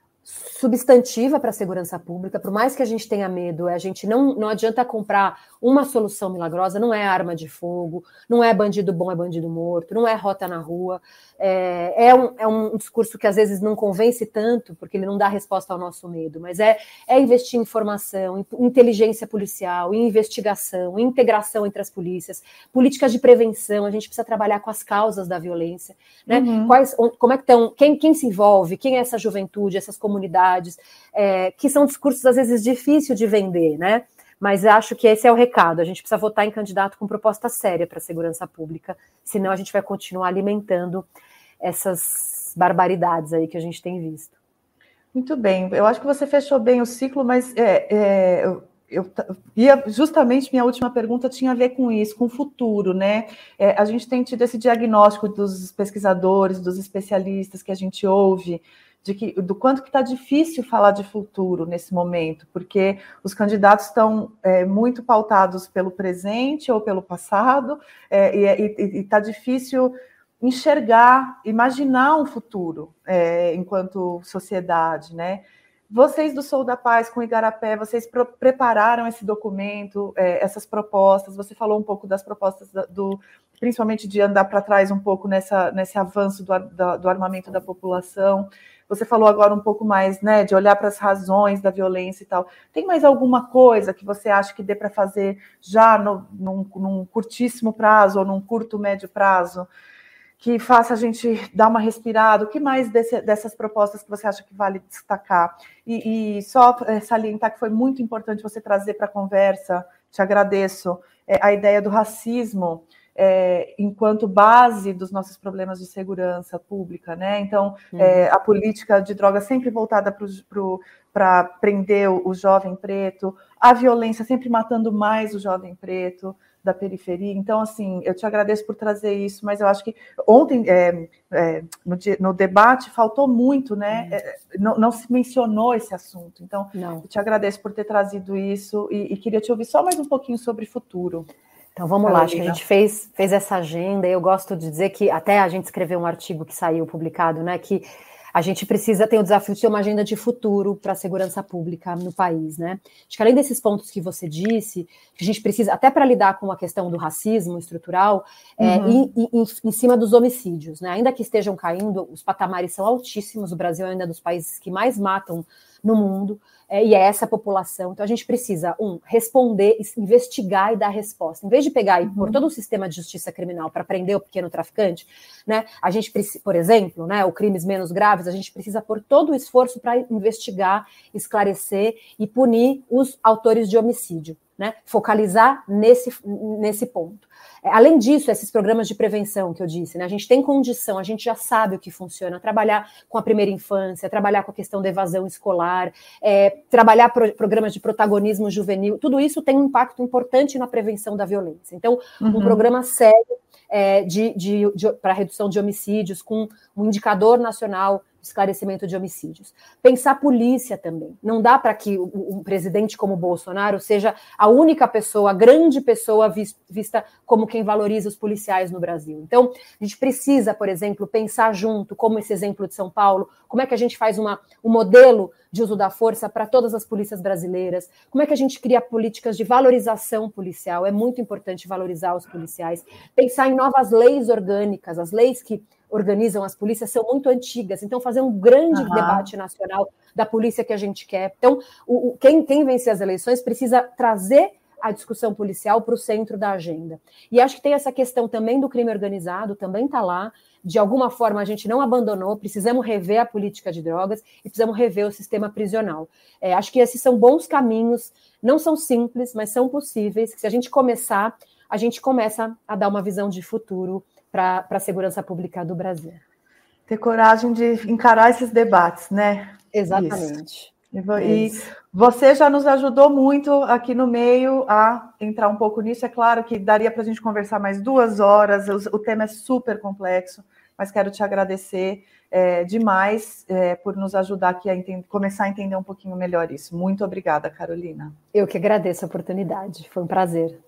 substantiva para a segurança pública, por mais que a gente tenha medo, a gente não, não adianta comprar uma solução milagrosa, não é arma de fogo, não é bandido bom, é bandido morto, não é rota na rua, é, é, um, é um discurso que às vezes não convence tanto, porque ele não dá resposta ao nosso medo, mas é, é investir em informação, em inteligência policial, em investigação, em integração entre as polícias, políticas de prevenção, a gente precisa trabalhar com as causas da violência, né? Uhum. Quais, como é que estão, quem, quem se envolve, quem é essa juventude, essas comunidades, comunidades, é, que são discursos às vezes difíceis de vender, né? Mas acho que esse é o recado, a gente precisa votar em candidato com proposta séria para a segurança pública, senão a gente vai continuar alimentando essas barbaridades aí que a gente tem visto. Muito bem, eu acho que você fechou bem o ciclo, mas é, é, eu, eu ia, justamente minha última pergunta tinha a ver com isso, com o futuro, né? É, a gente tem tido esse diagnóstico dos pesquisadores, dos especialistas que a gente ouve, de que, do quanto que está difícil falar de futuro nesse momento, porque os candidatos estão é, muito pautados pelo presente ou pelo passado, é, e está difícil enxergar, imaginar um futuro é, enquanto sociedade, né? Vocês do Sou da Paz com o Igarapé, vocês pro, prepararam esse documento, é, essas propostas, você falou um pouco das propostas do, principalmente de andar para trás um pouco nessa, nesse avanço do, da, do armamento da população. você falou agora um pouco mais, né, de olhar para as razões da violência e tal. Tem mais alguma coisa que você acha que dê para fazer já no, num, num curtíssimo prazo ou num curto, médio prazo, que faça a gente dar uma respirada? O que mais desse, dessas propostas que você acha que vale destacar? E, e só salientar que foi muito importante você trazer para a conversa, te agradeço, é, a ideia do racismo é, enquanto base dos nossos problemas de segurança pública, né? Então, uhum. é, a política de drogas sempre voltada para prender o, o jovem preto, a violência sempre matando mais o jovem preto da periferia. Então, assim, eu te agradeço por trazer isso, mas eu acho que ontem, é, é, no, no debate, faltou muito, né? É, não, não se mencionou esse assunto. Então, não. Eu te agradeço por ter trazido isso e, e queria te ouvir só mais um pouquinho sobre futuro. Então, vamos lá, acho que a gente fez, fez essa agenda, e eu gosto de dizer que até a gente escreveu um artigo que saiu publicado, né, que a gente precisa ter o desafio de ter uma agenda de futuro para a segurança pública no país, né? Acho que além desses pontos que você disse, a gente precisa, até para lidar com a questão do racismo estrutural, uhum. é, e, e, em, em cima dos homicídios, né? Ainda que estejam caindo, os patamares são altíssimos, o Brasil é ainda um dos países que mais matam no mundo, é, e é essa a população. Então a gente precisa, um, responder, investigar e dar resposta. Em vez de pegar e pôr todo o sistema de justiça criminal para prender o pequeno traficante, né, a gente precisa, por exemplo, né, ou crimes menos graves, a gente precisa pôr todo o esforço para investigar, esclarecer e punir os autores de homicídio, né, focalizar nesse, nesse ponto. Além disso, esses programas de prevenção que eu disse, né, a gente tem condição, a gente já sabe o que funciona, trabalhar com a primeira infância, trabalhar com a questão da evasão escolar, é, trabalhar pro, programas de protagonismo juvenil, tudo isso tem um impacto importante na prevenção da violência. Então, uhum. um programa sério é, de, de, de, para redução de homicídios, com um indicador nacional de esclarecimento de homicídios. Pensar polícia também. Não dá para que um presidente como Bolsonaro seja a única pessoa, a grande pessoa vista como quem valoriza os policiais no Brasil. Então, a gente precisa, por exemplo, pensar junto, como esse exemplo de São Paulo, como é que a gente faz uma, um modelo de uso da força para todas as polícias brasileiras, como é que a gente cria políticas de valorização policial, é muito importante valorizar os policiais, pensar em novas leis orgânicas, as leis que organizam as polícias são muito antigas, então fazer um grande uhum. debate nacional da polícia que a gente quer. Então, o, o, quem, quem vencer as eleições precisa trazer a discussão policial para o centro da agenda. E acho que tem essa questão também do crime organizado, também está lá, de alguma forma a gente não abandonou, precisamos rever a política de drogas e precisamos rever o sistema prisional. É, acho que esses são bons caminhos, não são simples, mas são possíveis, que se a gente começar, a gente começa a dar uma visão de futuro para a segurança pública do Brasil. Ter coragem de encarar esses debates, né? Exatamente. Isso. E você já nos ajudou muito aqui no meio a entrar um pouco nisso. É claro que daria para a gente conversar mais duas horas, o tema é super complexo, mas quero te agradecer é, demais é, por nos ajudar aqui a entender, começar a entender um pouquinho melhor isso. Muito obrigada, Carolina. Eu que agradeço a oportunidade, foi um prazer.